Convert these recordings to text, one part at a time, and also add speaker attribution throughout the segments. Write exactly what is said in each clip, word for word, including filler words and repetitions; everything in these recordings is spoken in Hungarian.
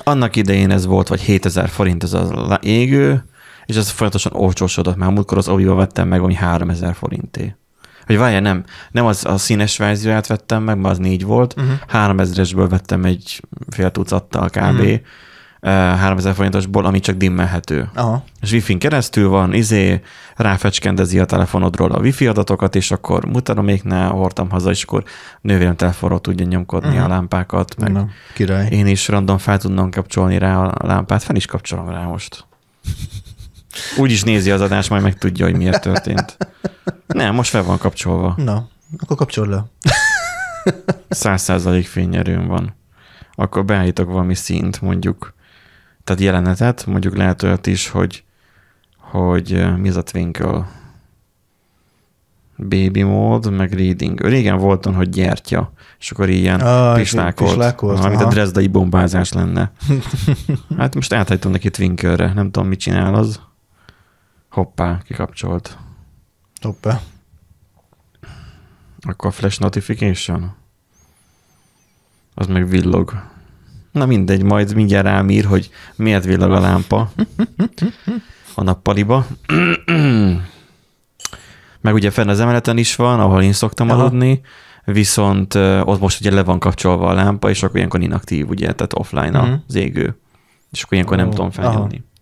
Speaker 1: Annak idején ez volt, vagy hétezer forint ez az égő, és ez folyamatosan olcsósodott, már múltkor az Oviba vettem meg, ami háromezer forinté. Vagy várjál, nem, nem az a színes verzióját vettem meg, mert az négy volt, uh-huh. háromezresből vettem egy fél tucattal kb. Uh-huh. háromezer forintosból, ami csak dimmelhető. Aha. És Wi-Fi-n keresztül van, izé, ráfecskendezi a telefonodról a Wi-Fi adatokat, és akkor mutadoméknál hordtam haza, és akkor nővérem telefonról tudja nyomkodni uh-huh. a lámpákat, meg
Speaker 2: Na, király.
Speaker 1: Én is random fel tudnom kapcsolni rá a lámpát, fel is kapcsolom rá most. Úgy is nézi az adást, majd meg tudja, hogy miért történt. Nem, most fel van kapcsolva.
Speaker 2: Na, akkor kapcsold le.
Speaker 1: Száz százalék fényerőm van. Akkor beállítok valami színt, mondjuk, tehát jelenetet, mondjuk lehet olyat is, hogy, hogy mi az a Twinkle? Baby mód, meg reading. Régen volt olyan, hogy gyertya, és akkor ilyen ah, pislákolt, pislákolt amit aha. a drezdai bombázás lenne. Hát most átállítom neki Twinkle-re, nem tudom, mit csinál az. Hoppá, kikapcsolt.
Speaker 2: Hoppá.
Speaker 1: Akkor flash notification? Az meg villog. Na mindegy, majd mindjárt rám ír, hogy miért villog a lámpa a nappaliba. Meg ugye fenn az emeleten is van, ahol én szoktam aha. aludni, viszont ott most ugye le van kapcsolva a lámpa, és akkor ilyenkor inaktív, ugye, tehát offline uh-huh. az égő. És akkor ilyenkor oh, nem tudom felnyomni. Aha.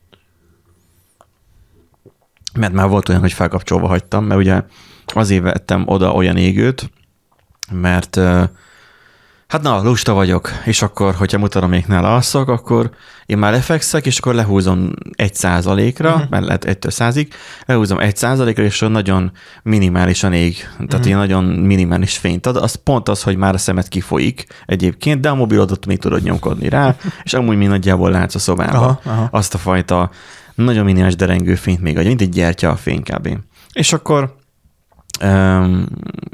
Speaker 1: Mert már volt olyan, hogy felkapcsolva hagytam, mert ugye azért vettem oda olyan égőt, mert hát na, lusta vagyok, és akkor, hogyha mutadoméknál alszok, akkor én már lefekszek, és akkor lehúzom egy százalékra, uh-huh. mert lehet egytől százig, lehúzom egy százalékra, és nagyon minimálisan ég, tehát uh-huh. ilyen nagyon minimális fényt ad. Az pont az, hogy már a szemed kifolyik egyébként, de a mobilodat még tudod nyomkodni rá, és amúgy mi nagyjából látsz a szobában. Aha, aha. Azt a fajta nagyon minimális derengő fényt még adja, mint egy gyertya a fény kb. És akkor um,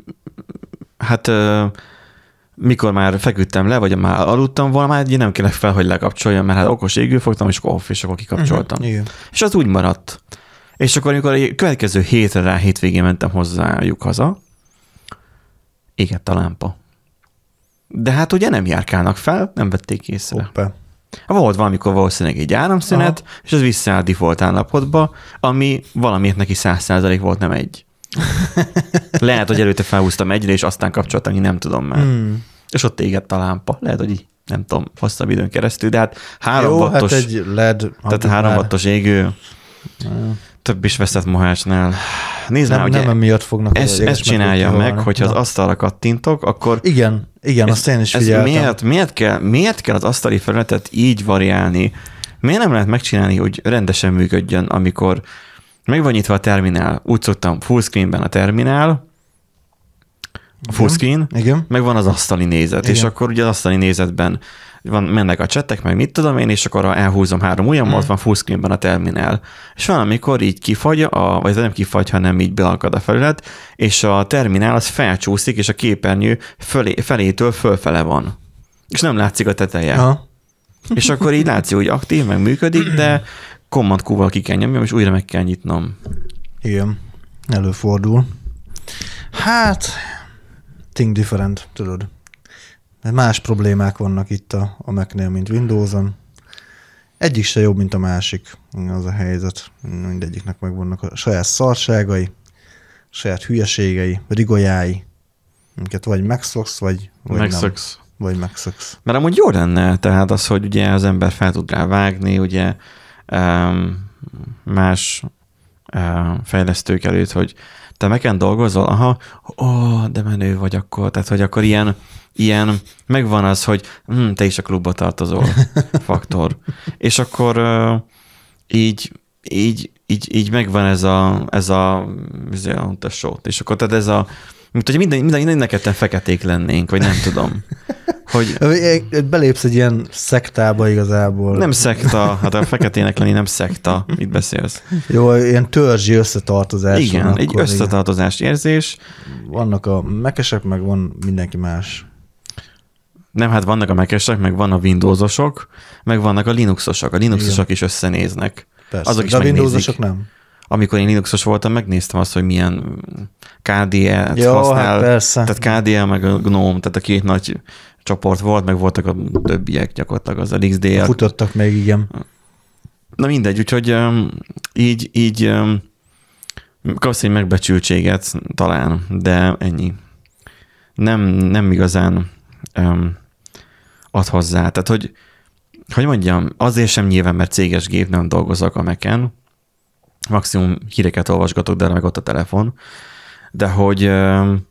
Speaker 1: hát uh, mikor már feküdtem le, vagy már aludtam volna, már nem kellett fel, hogy lekapcsoljam, mert hát okos égő fogtam, és akkor off, és akkor kikapcsoltam. Uh-huh, és az úgy maradt. És akkor, amikor a következő hétre rá hétvégén mentem hozzájuk haza, égett a lámpa. De hát ugye nem járkálnak fel, nem vették észre. Hoppá. Volt valamikor valószínűleg egy áramszünet, aha. és az visszaáll default állapotba, ami valamiért neki száz százalék volt, nem egy. Lehet, hogy előtte felhúztam egyre, és aztán kapcsoltam, én nem tudom már. Hmm. És ott égett a lámpa. Lehet, hogy így, nem tudom, hosszabb időn keresztül, de hát három
Speaker 2: jó,
Speaker 1: wattos,
Speaker 2: hát egy led.
Speaker 1: Tehát három wattos égő, hmm. több is veszett mohásnál. Nézd
Speaker 2: nem,
Speaker 1: már,
Speaker 2: nem
Speaker 1: ugye,
Speaker 2: emiatt fognak.
Speaker 1: Ezt, ezt csinálja meg, meg hogyha na. az asztalra kattintok, akkor...
Speaker 2: Igen, igen, azt én is figyeltem.
Speaker 1: Miért, miért, kell, miért kell az asztali felületet így variálni? Miért nem lehet megcsinálni, hogy rendesen működjön, amikor meg van nyitva a terminál, úgy szoktam fullscreenben a terminál, a fullscreen, igen. meg van az asztali nézet, igen. és akkor ugye az asztali nézetben van, mennek a csettek, meg mit tudom én, és akkor elhúzom három ujjam, mm. ott van fullscreenben a terminál. És valamikor így kifagy, a, vagy nem kifagy, hanem így bealkad a felület, és a terminál az felcsúszik, és a képernyő fölé, felétől fölfele van. És nem látszik a teteje. Ha. És akkor így látszik, hogy aktív, meg működik, de Command Q-val ki kell nyomjam, és újra meg kell nyitnom.
Speaker 2: Igen, előfordul. Hát, think different, tudod. Más problémák vannak itt a, a Mac-nél, mint Windows-on. Egyik se jobb, mint a másik. Az a helyzet. Mindegyiknek megvannak a saját szarságai, a saját hülyeségei, rigolyái. Minket vagy megszoksz, vagy, vagy
Speaker 1: megszoksz.
Speaker 2: nem. Vagy megszoksz.
Speaker 1: Mert amúgy jó lenne, tehát az, hogy ugye az ember fel tud rá vágni, ugye um, más um, fejlesztők előtt, hogy te Mac-en dolgozol, aha, ó, de menő vagy akkor, tehát hogy akkor ilyen, ilyen megvan az, hogy hm, te is a klubba tartozol, faktor. És akkor uh, így, így, így, így megvan ez a, ez a, ez a, a show. És akkor tehát ez a, mint hogy minden, minden, minden ketten feketék lennénk, vagy nem tudom. Hogy
Speaker 2: belépsz egy ilyen szektába igazából.
Speaker 1: Nem szekta, hát a feketének lenni nem szekta, mit beszélsz.
Speaker 2: Jó, ilyen törzsi összetartozás.
Speaker 1: Igen, van, egy összetartozás érzés.
Speaker 2: Vannak a Mac-esek, meg van mindenki más.
Speaker 1: Nem, hát vannak a Mac-esek, meg van a Windowsosok, meg vannak a Linuxosok. A Linuxosok igen. is összenéznek.
Speaker 2: Persze, azok is de a Windowsosok nem.
Speaker 1: Amikor én Linuxos voltam, megnéztem azt, hogy milyen ká dé é-t
Speaker 2: jó,
Speaker 1: használ.
Speaker 2: Hát persze.
Speaker 1: Tehát ká dé é meg a GNOME, tehát a két nagy csoport volt, meg voltak a többiek gyakorlatilag az el iksz dé-ek.
Speaker 2: Futottak még, igen.
Speaker 1: Na mindegy, úgyhogy így, így kapsz egy megbecsültséget talán, de ennyi. Nem, nem igazán um, ad hozzá. Tehát, hogy hogy mondjam, azért sem nyilván, mert céges gép, nem dolgozok a Mac-en. Maximum híreket olvasgatok, de meg ott a telefon. De hogy um,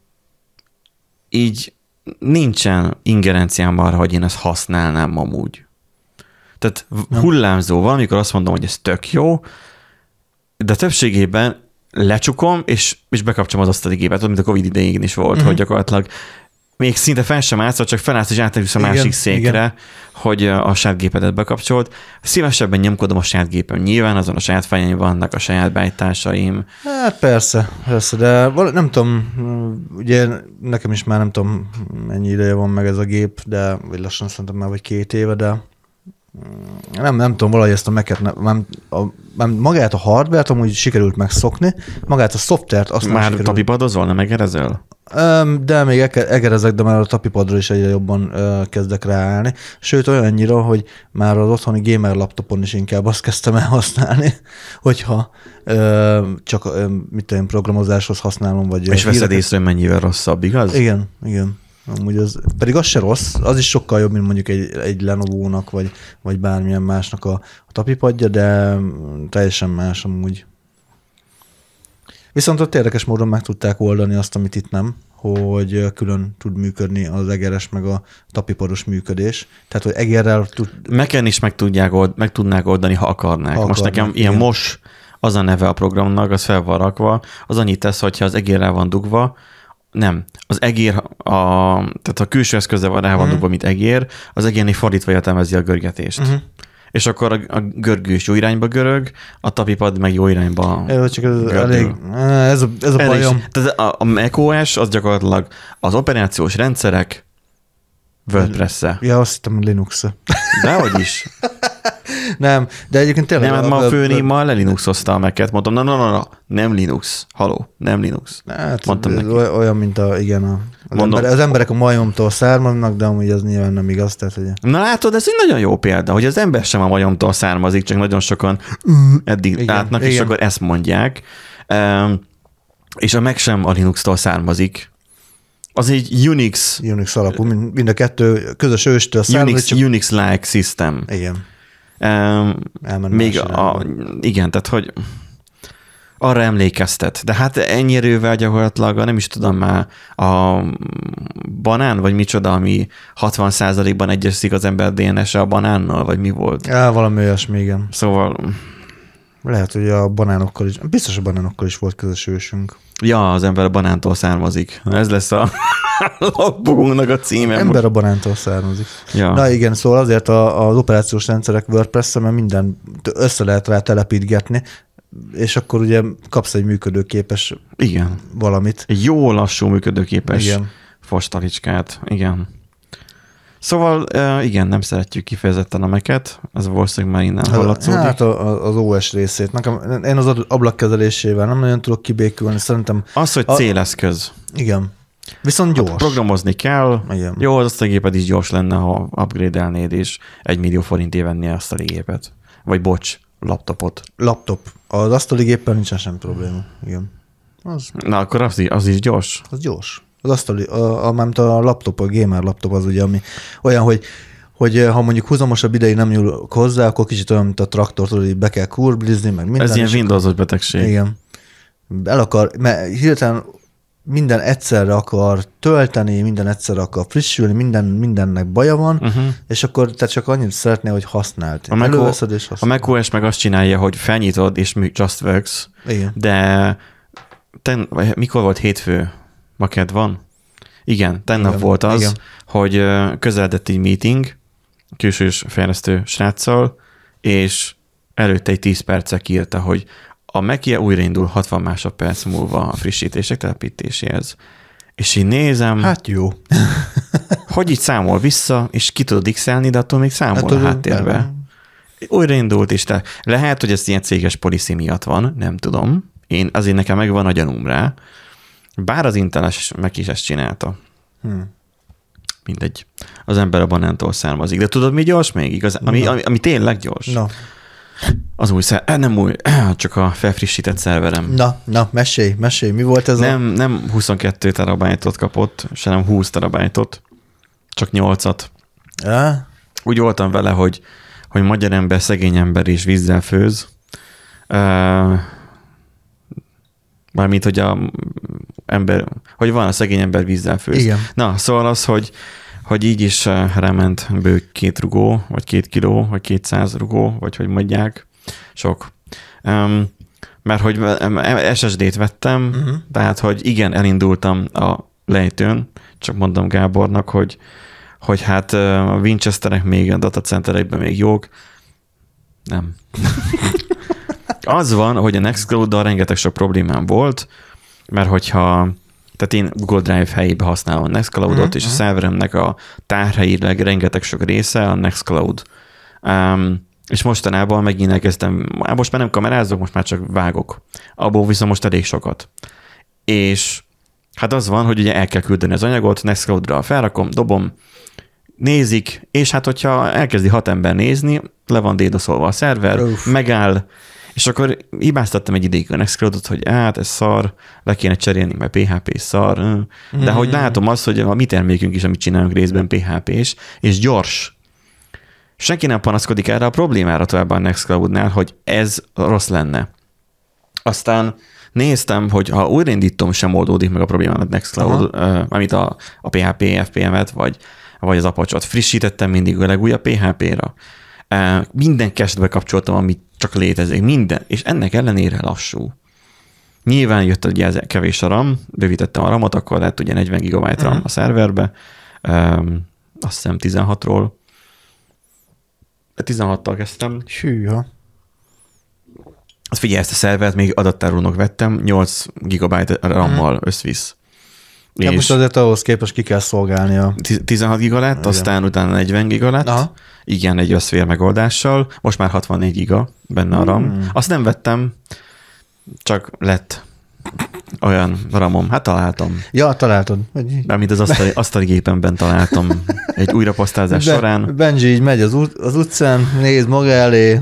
Speaker 1: így nincsen ingerenciám arra, hogy én ezt használnám amúgy. Tehát hullámzó, valamikor azt mondom, hogy ez tök jó, de többségében lecsukom, és, és bekapcsolom az asztali gépet, mint a Covid idején is volt, uh-huh. hogy gyakorlatilag még szinte fel sem állsz, csak felállsz és átérülsz a másik igen, székre, igen. hogy a saját gépedet bekapcsolt. Szívesebben nyomkodom a saját gépem. Nyilván azon a saját fejeim vannak, a saját beállításaim.
Speaker 2: Hát persze, persze, de nem tudom, ugye nekem is már nem tudom, mennyi ideje van meg ez a gép, de vagy lassan szerintem már vagy két éve, de nem, nem tudom, valahogy ezt a Mac-et, nem, a, nem, magát a hardware-t amúgy sikerült megszokni, magát a szoftvert azt
Speaker 1: már sikerült. Tapipadozol, nem egerezel?
Speaker 2: De még egerezek, de már a tapipadra is egyre jobban kezdek ráállni. Sőt, olyannyira, hogy már az otthoni gamer laptopon is inkább azt kezdtem el használni, hogyha csak mit tudom, programozáshoz használom. Vagy
Speaker 1: és veszed észre, mennyivel rosszabb, igaz?
Speaker 2: Igen, igen. Amúgy az, pedig az se rossz, az is sokkal jobb, mint mondjuk egy, egy Lenovo-nak, vagy, vagy bármilyen másnak a, a tapipadja, de teljesen más amúgy. Viszont ott érdekes módon meg tudták oldani azt, amit itt nem, hogy külön tud működni az egeres meg a tapipados működés. Tehát, hogy egerrel tud...
Speaker 1: Mac-en is meg, tudják old, meg tudnák oldani, ha akarnák. Ha Most akarnák, nekem ilyen igen. Most az a neve a programnak, az fel van rakva, az annyit tesz, hogyha az egérrel van dugva, nem, az egér, a, tehát a külső eszköze van rá van uh-huh. dugva, mint egér, az egérnél fordítva értelmezi a görgetést. Uh-huh. És akkor a, a görgős jó irányba görög, a tapipad meg jó irányba
Speaker 2: ez, csak ez, elég, ez a, ez a
Speaker 1: elég,
Speaker 2: bajom.
Speaker 1: Tehát a, a macOS az gyakorlatilag az operációs rendszerek WordPress-e.
Speaker 2: Ja, azt hittem Linux-e.
Speaker 1: Dehogy is.
Speaker 2: Nem, de egyébként tényleg...
Speaker 1: Nem, ma a főném ma lelinuxozta a Mac-et, mondtam, na, na, na, na, nem Linux, haló, nem Linux.
Speaker 2: Hát, mondtam neki. Olyan, mint a, igen, a, az, ember, az emberek a majomtól származnak, de amúgy az nyilván nem igaz. Tehát, hogy...
Speaker 1: Na látod, ez egy nagyon jó példa, hogy az ember sem a majomtól származik, csak nagyon sokan eddig igen, látnak, igen. És akkor ezt mondják. Um, és a Mac sem a Linuxtól származik. Az egy Unix...
Speaker 2: Unix alapú, mind a kettő közös őstől származik.
Speaker 1: Unix, csak... Unix-like system.
Speaker 2: Igen.
Speaker 1: Um, még a, igen, tehát hogy arra emlékeztet. De hát ennyi erővel gyakorlatilag, nem is tudom már, a banán, vagy micsoda, ami hatvan százalékban egyeszik az ember dé en es-e a banánnal, vagy mi volt?
Speaker 2: Ja, valami olyasmi, igen.
Speaker 1: Szóval...
Speaker 2: Lehet, hogy a banánokkal is, biztos a banánokkal is volt közös ősünk.
Speaker 1: Ja, az ember a banántól származik. Ez lesz a logbogunknak a címe.
Speaker 2: Ember most. A banántól származik.
Speaker 1: Ja.
Speaker 2: Na igen, szóval azért a, az operációs rendszerek WordPress-en, mert minden össze lehet rá telepítgetni, és akkor ugye kapsz egy működőképes
Speaker 1: igen.
Speaker 2: valamit.
Speaker 1: Egy jó lassú működőképes
Speaker 2: igen.
Speaker 1: fostalicskát. Igen. Szóval igen, nem szeretjük kifejezetten a Mac-et, ez valószínűleg már innen hallatszódik.
Speaker 2: Hát az ó es részét. Nekem, én az ablakkezelésével nem nagyon tudok kibékülni, szerintem...
Speaker 1: Az, hogy a... céleszköz.
Speaker 2: Igen. Viszont gyors. Hát
Speaker 1: programozni kell.
Speaker 2: Igen.
Speaker 1: Jó, az asztaligéped is gyors lenne, ha upgrade-elnéd, és egy millió forintért vennél asztaligépet. Vagy bocs, laptopot.
Speaker 2: Laptop. Az asztaligéppel nincsen sem probléma. Igen. Az...
Speaker 1: Na, akkor az, az is gyors.
Speaker 2: Az gyors. Az asztali, a, a, a laptop, a gamer laptop az ugye, ami olyan, hogy, hogy ha mondjuk húzamosabb ideig nem nyúlok hozzá, akkor kicsit olyan, mint a traktor, hogy be kell kurblizni, meg minden.
Speaker 1: Ez ilyen Windows-os betegség.
Speaker 2: Igen. El akar, mert hirtelen minden egyszerre akar tölteni, minden egyszerre akar frissülni, minden, mindennek baja van, uh-huh. és akkor te csak annyit szeretnél, hogy használd.
Speaker 1: A, Mac és a macOS meg azt csinálja, hogy felnyitod, és just works,
Speaker 2: igen.
Speaker 1: de ten, mikor volt hétfő? Ma kedd van? Igen, tegnap igen, volt az, igen. hogy közeledett egy meeting külsős fejlesztő sráccal, és előtte egy tíz perccel írta, hogy a Mac-je újraindul hatvan másodperc múlva a frissítések telepítéséhez. És így nézem,
Speaker 2: hát jó.
Speaker 1: hogy így számol vissza, és ki tudod x-elni, de attól még számol hát, a háttérbe. Nem. Újraindult, és te, lehet, hogy ez ilyen céges policy miatt van, nem tudom. Én azért nekem megvan a gyanúm rá. Bár az Inteles meg is ezt csinálta. Hmm. mindegy. Az ember a banántól származik. De tudod, mi gyors még? Igaz, ami, ami, ami tényleg gyors?
Speaker 2: Na.
Speaker 1: Az új szer... Nem új, csak a felfrissített szerverem.
Speaker 2: Na, na, mesélj, mesélj, mi volt ez
Speaker 1: nem,
Speaker 2: a...
Speaker 1: Nem huszonkettő terabájtot kapott, se nem húsz terabájtot, csak nyolcat.
Speaker 2: Ja?
Speaker 1: Úgy voltam vele, hogy, hogy magyar ember, szegény ember is vízzel főz. Uh, mármint, hogy a ember, hogy van a szegény ember vízzel főz.
Speaker 2: Igen.
Speaker 1: Na, szóval az, hogy, hogy így is ráment bő két rugó, vagy két kiló, vagy kétszáz rugó, vagy hogy mondják. Sok. Um, mert hogy es es dét vettem, uh-huh. tehát, hogy igen, elindultam a lejtőn, csak mondom Gábornak, hogy, hogy hát a Winchesterek még a datacenterekben még jók. Nem. Az van, hogy a Nextcloud-dal rengeteg sok problémám volt, mert hogyha, tehát én Google Drive helyébe használom a Nextcloud-ot, uh-huh. és a szerveremnek a tárhelyileg rengeteg sok része a Nextcloud. Um, és mostanában megint elkezdtem, most már nem kamerázok, most már csak vágok. Abból viszont most elég sokat. És hát az van, hogy ugye el kell küldeni az anyagot, Nextcloud-ra felrakom, dobom, nézik, és hát hogyha elkezdi hat ember nézni, le van dédoszolva a szerver, Uf. megáll, és akkor hibáztattam egy ideig a Nextcloud-ot, hogy hát ez szar, le kéne cserélni, mert pé há pé szar. De mm. hogy látom azt, hogy a mi termékünk is, amit csinálunk részben pé há pés, és gyors. Senki nem panaszkodik erre a problémára tovább a Nextcloud-nál, hogy ez rossz lenne. Aztán néztem, hogy ha újraindítom, sem oldódik meg a problémám a Nextcloud, uh, amit a, a pé há pé ef pé em-et, vagy, vagy az Apache-ot frissítettem mindig a legújabb pé há pé-ra. Uh, minden cache-be kapcsoltam, amit csak létezik, minden, és ennek ellenére lassú. Nyilván jött ugye kevés a RAM, bővítettem a ramot, akkor lett ugye negyven gigabyte RAM uh-huh. a szerverbe, um, azt hiszem tizenhatról. tizenhattal kezdtem.
Speaker 2: Hűha.
Speaker 1: Azt figyelj, ezt a szervert még adattárolónak vettem, nyolc gigabyte RAM-mal uh-huh. összvisz.
Speaker 2: Ja, most azért ahhoz képest ki kell szolgálni a...
Speaker 1: tizenhat giga lett, igen. Aztán utána negyven giga lett. Aha. Igen, egy összfér megoldással. Most már hatvannégy giga benne a RAM. Hmm. Azt nem vettem, csak lett olyan ramom. Hát találtam.
Speaker 2: Ja, találtad.
Speaker 1: Amit az asztali, asztali gépemben találtam egy újrapasztázás Be, során.
Speaker 2: Benji így megy az, ut- az utcán, néz maga elé.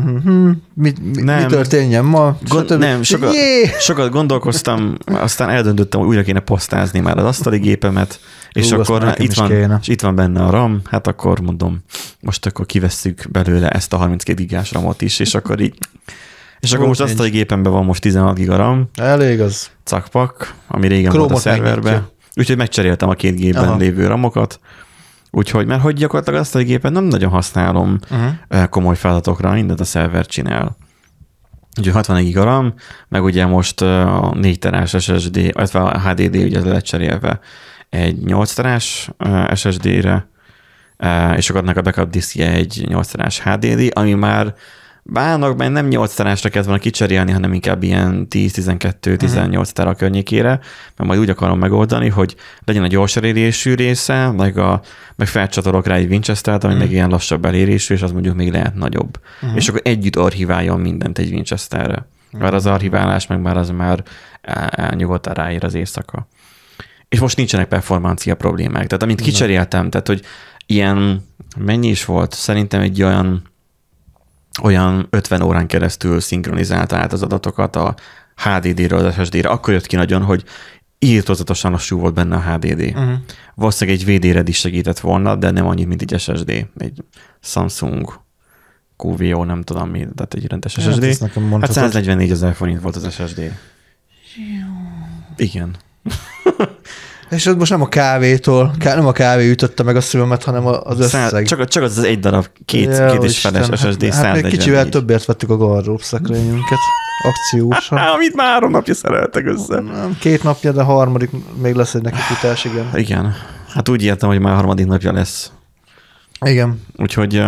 Speaker 2: Mi, mi, mi történjen ma?
Speaker 1: Gond, nem, sokat, sokat gondolkoztam, aztán eldöntöttem, hogy újra kéne posztázni már az asztali gépemet, és Ú, akkor itt van, és itt van benne a RAM, hát akkor mondom, most akkor kivesszük belőle ezt a harminckét gigás ramot is, és akkor így És akkor most asztali gépemben van most tizenhat giga RAM.
Speaker 2: Elég az.
Speaker 1: Cakpak, ami régen Chrome volt a szerverben. Úgyhogy megcseréltem a két gépben Aha. lévő ramokat. Úgyhogy, mert hogy gyakorlatilag asztali gépen nem nagyon használom uh-huh. komoly feladatokra, mindent a szerver csinál. Úgyhogy hatvanegy giga RAM, meg ugye most a négy terás es es dé, illetve a há dé dé ugye lecserélve egy nyolc terás es es dé-re, és akkor annak a backup diszkje egy nyolc terás há dé dé, ami már bánok, mert nem nyolc terásra kellett volna kicserélni, hanem inkább ilyen tíz, tizenkettő, tizennyolc uh-huh. tera környékére, mert majd úgy akarom megoldani, hogy legyen a gyors elérésű része, meg, a, meg felcsatolok rá egy Winchester-t, ami uh-huh. meg ilyen lassabb elérésű, és az mondjuk még lehet nagyobb. Uh-huh. És akkor együtt archiváljon mindent egy Winchesterre. Uh-huh. Mert az archiválás, meg már az már elnyugodtan ráér az éjszaka. És most nincsenek performancia problémák. Tehát amint kicseréltem, tehát hogy ilyen, mennyi is volt? Szerintem egy olyan olyan ötven órán keresztül szinkronizálta át az adatokat a há dé dé-ről az es es dé-re. Akkor jött ki nagyon, hogy írtózatosan lassú volt benne a há dé dé. Uh-huh. Valószínűleg egy vé dé-red is segített volna, de nem annyit, mint egy es es dé. Egy Samsung kú vé ó, nem tudom mi, tehát egy rendes es es dé. Hát, hát száznegyvennégy ezer forint volt az es es dé. Igen.
Speaker 2: És most nem a kávétól, nem a kávé ütötte meg a szívemet, hanem az összeg.
Speaker 1: Csak, csak az egy darab, két, ja, két és feles es es dé hát, hát még
Speaker 2: kicsivel többért vettük a gardrób szekrényünket akciósan.
Speaker 1: Amit már három napja szereltek össze.
Speaker 2: Nem, két napja, de harmadik még lesz egy nekifutás, igen.
Speaker 1: Igen. Hát úgy értem, hogy már harmadik napja lesz.
Speaker 2: Igen.
Speaker 1: Úgyhogy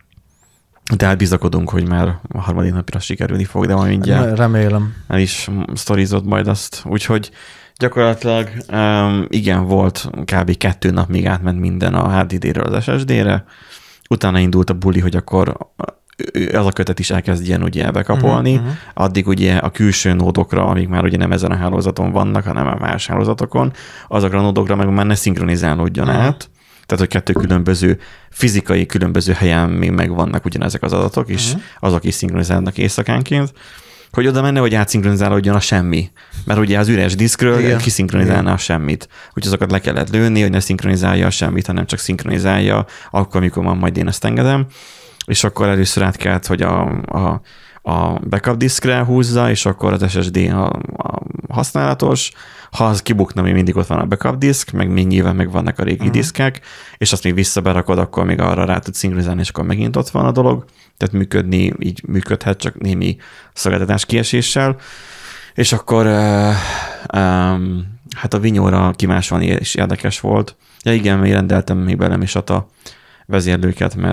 Speaker 1: de hát bizakodunk, hogy már a harmadik napra sikerülni fog, de majd mindjárt.
Speaker 2: Remélem.
Speaker 1: El is sztorizott majd azt. Úgyhogy gyakorlatilag um, igen, volt kb. kettő nap, még átment minden a há dé dé-ről az es es dé-re. Utána indult a buli, hogy akkor az a kötet is elkezdjen ugye elbekapolni. Uh-huh. Addig ugye a külső nódokra, amik már ugye nem ezen a hálózaton vannak, hanem a más hálózatokon, azokra a nódokra meg már ne szinkronizálódjon uh-huh. át. Tehát, hogy kettő különböző, fizikai különböző helyen még megvannak ugyanezek az adatok, és uh-huh. azok is szinkronizálnak éjszakánként, hogy oda menne, hogy átszinkronizálódjon a semmi. Mert ugye az üres diszkről kiszinkronizálná a semmit. Úgyhogy azokat le kellett lőni, hogy ne szinkronizálja a semmit, hanem csak szinkronizálja akkor, amikor van, majd én ezt engedem. És akkor először át kellett, hogy a, a, a backup diszkre húzza, és akkor az es es dé a, a használatos. Ha az kibukna, még mindig ott van a backup diszk, meg még nyilván meg vannak a régi uh-huh. diszkek, és azt még visszaberakod, akkor még arra rá tud szinkronizálni, és akkor megint ott van a dolog. Tehát működni, így működhet, csak némi szolgáltatás kieséssel. És akkor uh, um, hát a vinyóra kimásolni is érdekes volt. Ja igen, még rendeltem még belem is a vezérlőket, mert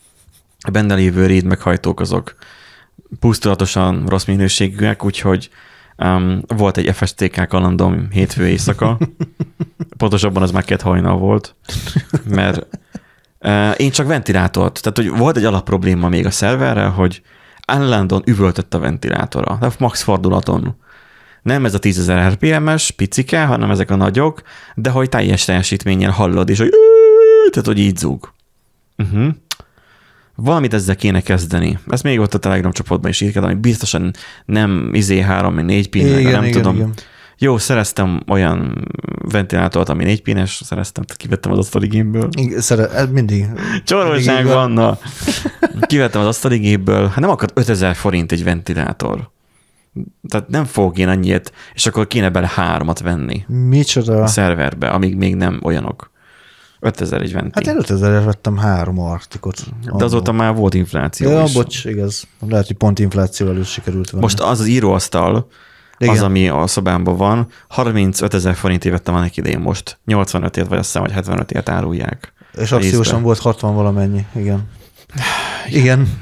Speaker 1: a benne lévő RAID meghajtók azok pusztulatosan rossz minőségűek, úgyhogy um, volt egy ef es té ká kalandom hétfő éjszaka. Pontosabban az már két hajnal volt, mert uh, én csak ventilátort, tehát hogy volt egy alapprobléma még a szerverrel, hogy állandóan üvöltött a ventilátora, de max fordulaton. Nem ez a tízezer er pé em-es picike, hanem ezek a nagyok, de hogy teljes teljesítménnyel hallod, és hogy tehát, hogy így zúg. Uh-huh. Valamit ezzel kéne kezdeni. Ezt még ott a Telegram csoportban is írkad, ami biztosan nem izé három, négy pin, nem igen, tudom. Igen. Jó, szereztem olyan ventilátort, ami négy pines, szereztem, tehát kivettem az asztaligémből.
Speaker 2: Szere, mindig.
Speaker 1: Csorolság van, na. Kivettem az asztaligéből, hát nem akar ötezer forint egy ventilátor. Tehát nem fog én annyit, és akkor kéne bele háromat venni.
Speaker 2: Micsoda?
Speaker 1: A szerverbe, amíg még nem olyanok. ötezer egy venti.
Speaker 2: Hát én ötezerért vettem három Arcticot.
Speaker 1: De azóta már volt infláció
Speaker 2: ja,
Speaker 1: is.
Speaker 2: bocs, igaz. Lehet, hogy pont infláció előtt sikerült venni.
Speaker 1: Most az az íróasztal, igen. Az, ami a szobámban van, harmincötezer forintért vettem annak idején most. nyolcvanötért, vagy azt hiszem, hogy hetvenötért árulják.
Speaker 2: És akciósan volt hatvan valamennyi, igen. Igen.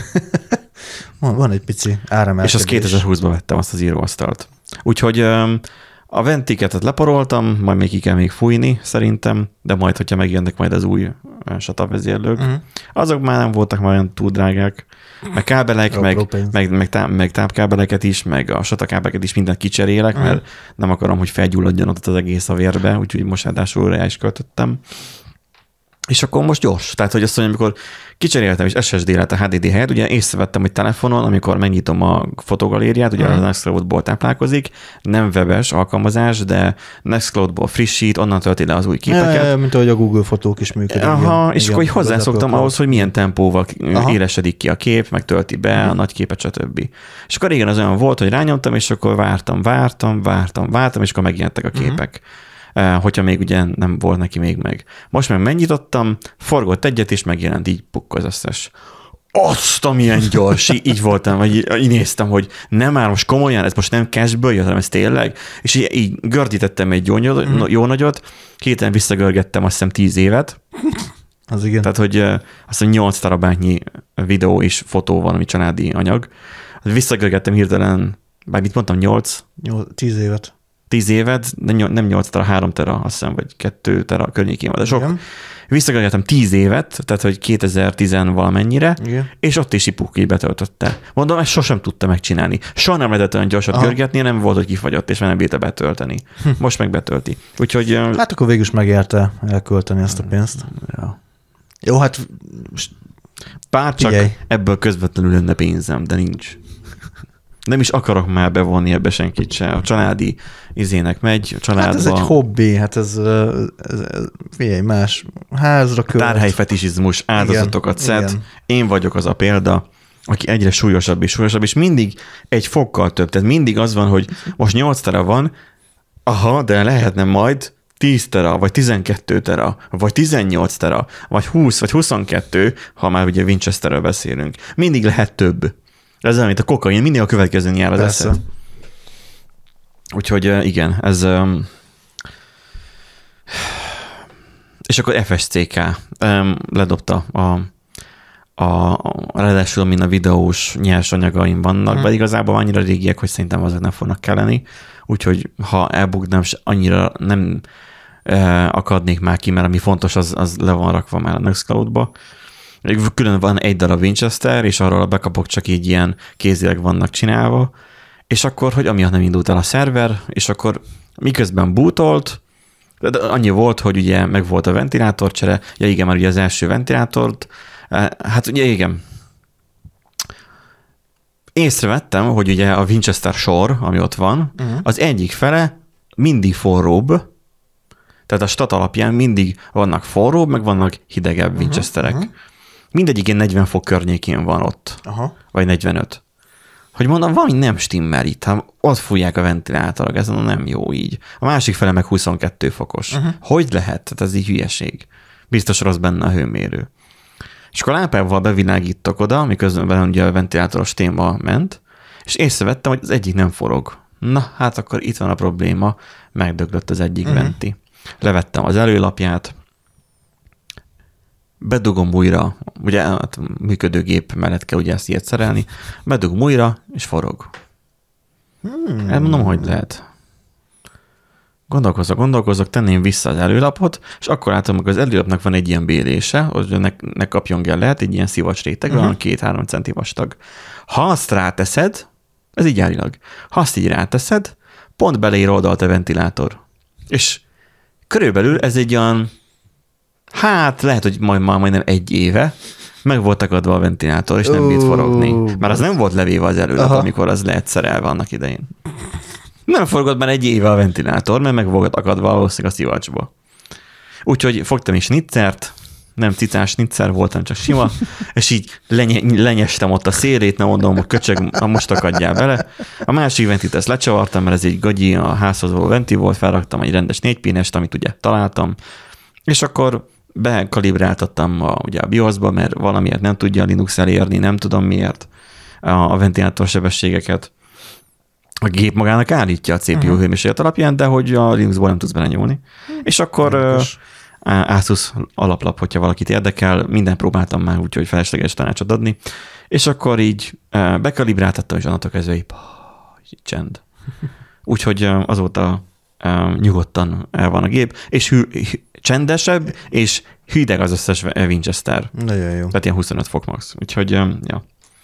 Speaker 2: van, van egy pici áremelkedés.
Speaker 1: És azt kétezer-húszban vettem azt az íróasztalt. Úgyhogy a ventiketet leporoltam, majd még ki kell még fújni szerintem, de majd, hogyha megjönnek majd az új satavvezérlők, uh-huh. azok már nem voltak már olyan túl drágák. Meg kábelek, Jó, meg, meg, meg, tá, meg tápkábeleket is, meg a satakábeleket is mindent kicserélek, uh-huh. mert nem akarom, hogy felgyulladjon ott az egész a vérbe, úgyhogy most ráadásul rá is költöttem. És akkor most gyors. Tehát, hogy azt mondjam, amikor kicseréltem és es es dé lett a há dé dé helyett, ugye észrevettem, hogy telefonon, amikor megnyitom a fotogalériát, ugye uh-huh. a Nextcloud-ból táplálkozik, nem webes alkalmazás, de Nextcloud-ból frissít, onnan tölti le az új képeket.
Speaker 2: Ja, mint ahogy a Google fotók is működik.
Speaker 1: Aha, igen, és igen, akkor hozzászoktam ahhoz, hogy milyen tempóval Aha. élesedik ki a kép, meg tölti be uh-huh. a nagy képet, stb. És akkor régen az olyan volt, hogy rányomtam, és akkor vártam, vártam, vártam, vártam, és akkor megjelentek a képek. Uh-huh. Hogyha még ugye nem volt neki még meg. Most meg megnyitottam, forgott egyet, és megjelent így pukk az összes. Azt, amilyen gyors, így voltam, vagy így néztem, hogy nem már most komolyan, ez most nem cashből jött, hanem ez tényleg. És így, így gördítettem egy jó, mm. jó nagyot, héten visszagörgettem azt hiszem tíz évet.
Speaker 2: Az igen.
Speaker 1: Tehát, hogy azt hiszem nyolc terabájtnyi videó és fotó van, ami családi anyag. Visszagörgettem hirtelen, bár mit mondtam, nyolc?
Speaker 2: tíz évet.
Speaker 1: tíz évet, nem nyolc tera, három tera, azt hiszem, vagy kettő tera környékén van, de sok. Visszagörgettem tíz évet, tehát hogy kétezer-tíz valamennyire, igen. És ott is ipuk így betöltötte. Mondom, ezt sosem tudta megcsinálni. Soha nem lehetett olyan gyorsat Aha. görgetni, nem volt, hogy kifagyott, és már nem bírta betölteni. Hm. Most meg betölti. Úgyhogy...
Speaker 2: Hát akkor végül is megérte elkölteni ezt a pénzt.
Speaker 1: Ja.
Speaker 2: Jó, hát...
Speaker 1: Bár csak Figyelj. Ebből közvetlenül lenne pénzem, de nincs. Nem is akarok már bevonni ebbe senkit se. A családi izének megy, a családba.
Speaker 2: Hát ez egy hobbi, hát ez, ez, ez figyelj, más házra költ.
Speaker 1: Tárhelyfetisizmus áldozatokat szed. Igen. Én vagyok az a példa, aki egyre súlyosabb és súlyosabb, és mindig egy fokkal több. Tehát mindig az van, hogy most nyolc tera van, aha, de lehetne majd tíz tera, vagy tizenkettő tera, vagy tizennyolc tera, vagy húsz, vagy huszonkettő, ha már ugye Winchesterről beszélünk. Mindig lehet több. Ez olyan, mint a kokain, mindig a következőn jár az eszed. Úgyhogy igen, ez... És akkor ef es cé ká ledobta a, a, a ráadásul, amin a videós nyersanyagaim vannak, hmm. de igazából annyira régiek, hogy szerintem azok nem fognak kelleni. Úgyhogy ha elbuknám, annyira nem akadnék már ki, mert ami fontos, az, az le van rakva már a Nextcloud-ba. Külön van egy darab Winchester, és arról a backupok csak így ilyen kézileg vannak csinálva, és akkor, hogy amiatt nem indult el a szerver, és akkor miközben bootolt, De annyi volt, hogy ugye meg volt a ventilátorcsere, ja igen, már ugye az első ventilátort, hát ugye igen. Észrevettem, hogy ugye a Winchester sor, ami ott van, uh-huh. az egyik fele mindig forróbb, tehát a stat alapján mindig vannak forróbb, meg vannak hidegebb uh-huh. Winchesterek. Uh-huh. Mindegyik ilyen negyven fok környékén van ott, uh-huh. vagy negyvenöt. Hogy mondom, valami nem stimmel itt, ha ott fújják a ventilátorok, ez nem jó így. A másik fele meg huszonkettő fokos. Uh-huh. Hogy lehet? Tehát ez így hülyeség. Biztos rossz benne a hőmérő. És akkor lámpával bevilágítok oda, miközben ugye a ventilátoros téma ment, és észrevettem, hogy az egyik nem forog. Na, hát akkor itt van a probléma, megdöglött az egyik uh-huh. venti. Levettem az előlapját, bedugom újra, ugye hát működőgép mellett kell ugye ezt ilyet szerelni, bedugom újra, és forog. Hmm. Elmondom, hogy lehet. Gondolkozok, gondolkozok, tenném vissza az előlapot, és akkor látom, hogy az előlapnak van egy ilyen bélése, hogy ne, ne kapjon el lehet, egy ilyen szivacs réteg, uh-huh. van két-három centi vastag. Ha azt ráteszed, ez így árilag, ha azt így ráteszed, pont beleír oldalt a ventilátor. És körülbelül ez egy olyan, hát lehet, hogy majd már majdnem egy éve meg volt akadva a ventilátor, és nem uh, bírt forogni. Már az nem volt levéve az előlap, aha. amikor az lehet szerelve annak idején. Nem forgott már egy éve a ventilátor, mert meg volt akadva valószínűleg a szivacsba. Úgyhogy fogtam is snitzert, nem cicás snitzer voltam, csak sima, és így lenye, lenyestem ott a szélét, nem mondom, hogy köcsög, most akadjál bele. A másik ventit ezt lecsavartam, mert ez egy gagyi, a házhoz való venti volt, felraktam egy rendes négypínest, amit ugye találtam, és akkor bekalibráltattam a, ugye a BIOS-ba, mert valamiért nem tudja a Linux elérni, nem tudom miért a, a ventilátor sebességeket. A gép magának állítja a cé pé u uh-huh. hőmérséklet alapján, de hogy a Linuxból nem tudsz belenyúlni. Uh-huh. És akkor uh, Asus alaplap, hogyha valakit érdekel, minden próbáltam már úgy, hogy felesleges tanácsot adni, és akkor így uh, bekalibráltattam, és annattól kezdve így, így csend. Úgyhogy uh, azóta uh, nyugodtan el van a gép, és hű, hű, csendesebb, és hideg az összes Winchester.
Speaker 2: Nagyon jó.
Speaker 1: Tehát ilyen huszonöt fok max. Úgyhogy, um, ja.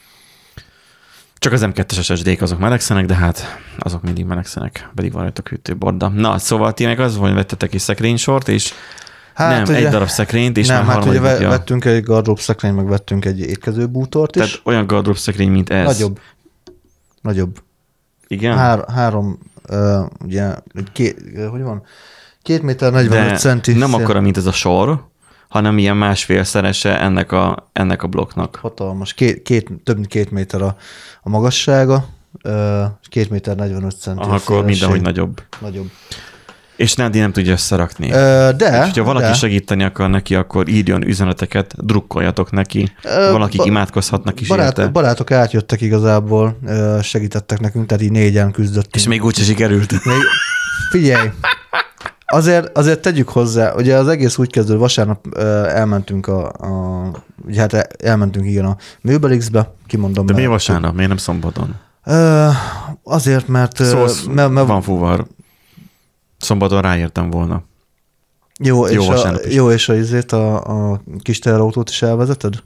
Speaker 1: Csak az em kettes es es dé-k azok melegszenek, de hát azok mindig melegszenek, pedig van rajta hűtőborda. Na, szóval ti meg az, hogy vettetek egy szekrénysort, és hát nem, ugye, egy darab szekrényt, és
Speaker 2: nem,
Speaker 1: már
Speaker 2: hát ugye napja... vettünk egy gardrób szekrényt, meg vettünk egy étkező bútort is.
Speaker 1: Tehát olyan gardrób szekrény, mint ez.
Speaker 2: Nagyobb. Nagyobb.
Speaker 1: Igen?
Speaker 2: Hár, három, uh, ugye, két, hogy van? Két méter negyvenöt centi.
Speaker 1: Nem akkora, mint ez a sor, hanem ilyen másfélszerese ennek a, ennek a blokknak.
Speaker 2: Hatalmas. Két, két, több mint két méter a, a magassága, két méter negyvenöt centi.
Speaker 1: Aha, akkor mindenhogy nagyobb.
Speaker 2: Nagyobb.
Speaker 1: És Nádi nem tudja összerakni.
Speaker 2: Ö, de.
Speaker 1: És ha valaki
Speaker 2: de.
Speaker 1: segíteni akar neki, akkor írjon üzeneteket, drukkoljatok neki. Ö, Valakik ba- imádkozhatnak is
Speaker 2: barát,
Speaker 1: érte.
Speaker 2: Barátok átjöttek igazából, segítettek nekünk, tehát így négyen küzdöttünk.
Speaker 1: És még úgy se sikerült. Még,
Speaker 2: figyelj! Azért, azért tegyük hozzá, ugye az egész úgy kezdődött, vasárnap uh, elmentünk a, a, ugye hát elmentünk igen a Möbelixbe, kimondom.
Speaker 1: De miért vasárnap, miért nem szombaton?
Speaker 2: Uh, azért, mert...
Speaker 1: Szóval
Speaker 2: uh, mert, mert van
Speaker 1: fuvar. Szombaton ráértem volna.
Speaker 2: Jó, jó, és a, jó és a, izét, a, a kis teherautót is elvezeted?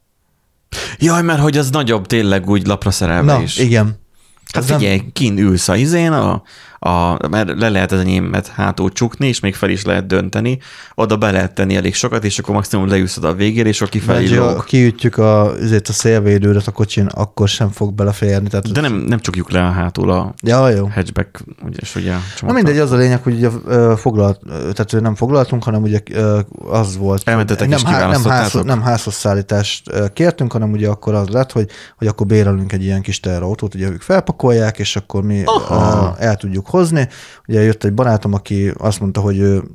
Speaker 1: Jaj, mert hogy az nagyobb tényleg úgy lapra szerelve
Speaker 2: Na,
Speaker 1: is.
Speaker 2: igen.
Speaker 1: Hát figyelj, nem... kint ülsz a izén, a, a, mert le lehet az enyémet hátul csukni, és még fel is lehet dönteni, oda be lehet tenni elég sokat, és akkor maximum leülsz oda a végére, és akkor kifelé lóg.
Speaker 2: Ha kiütjük a, azért a szélvédődet a kocsin, akkor sem fog beleférni. Tehát
Speaker 1: de nem, nem csukjuk le a hátul a
Speaker 2: ja, jó.
Speaker 1: hatchback, ugye, és ugye
Speaker 2: na mindegy, az a lényeg, hogy ugye foglalt, tehát nem foglaltunk, hanem ugye az volt.
Speaker 1: Elmentetek
Speaker 2: nem,
Speaker 1: és
Speaker 2: há, nem, ház,
Speaker 1: nem
Speaker 2: házhoz szállítást kértünk, hanem ugye akkor az lett, hogy, hogy akkor bérelünk egy ilyen kis teherautót, ugye ők felpakolják, és akkor mi Aha. el tudjuk hozni. Ugye jött egy barátom, aki azt mondta, hogy ő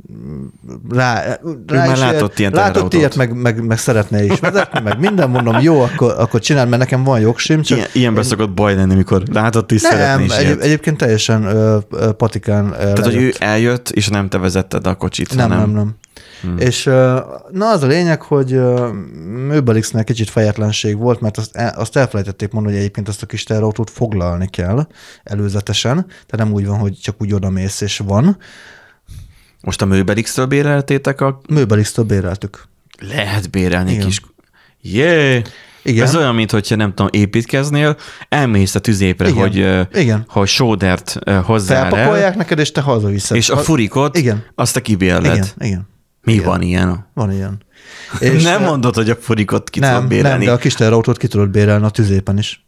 Speaker 2: rá, rá
Speaker 1: ő
Speaker 2: is
Speaker 1: már látott ilyen
Speaker 2: látott ilyet, meg, meg, meg szeretne is vezetni, meg minden, mondom, jó, akkor, akkor csináld, mert nekem van jogsim. Csak
Speaker 1: ilyen, ilyenben én... szokott baj lenni, mikor látott is, szeretné is
Speaker 2: egy, egyébként teljesen ö, ö, patikán
Speaker 1: Tehát, lejött. Hogy ő eljött, és nem te vezetted a kocsit,
Speaker 2: nem,
Speaker 1: hanem...
Speaker 2: Nem, nem, Hmm. És na az a lényeg, hogy Möbelixnél kicsit fejetlenség volt, mert azt, azt elfelejtették mondani, hogy egyébként azt a kis teherautót foglalni kell előzetesen, tehát nem úgy van, hogy csak úgy oda mész és van.
Speaker 1: Most a Möbelix-től béreltétek a...
Speaker 2: Möbelix-től béreltük.
Speaker 1: Lehet bérelni igen. Kis... Yeah.
Speaker 2: Igen.
Speaker 1: Ez olyan, mint hogyha nem tudom, építkeznél, elmész a tüzépre,
Speaker 2: Igen.
Speaker 1: hogy,
Speaker 2: Igen.
Speaker 1: hogy sódert hozzá
Speaker 2: Felpakolják neked, és te hazaviszed.
Speaker 1: és a furikot,
Speaker 2: Igen.
Speaker 1: azt te kibérled.
Speaker 2: Igen, igen.
Speaker 1: Mi
Speaker 2: igen.
Speaker 1: van ilyen?
Speaker 2: Van ilyen.
Speaker 1: És nem mondod, hogy a furikot ki
Speaker 2: nem,
Speaker 1: tudod bérelni.
Speaker 2: Nem, de a kis teherautót ki tudod bérelni a tüzépen is.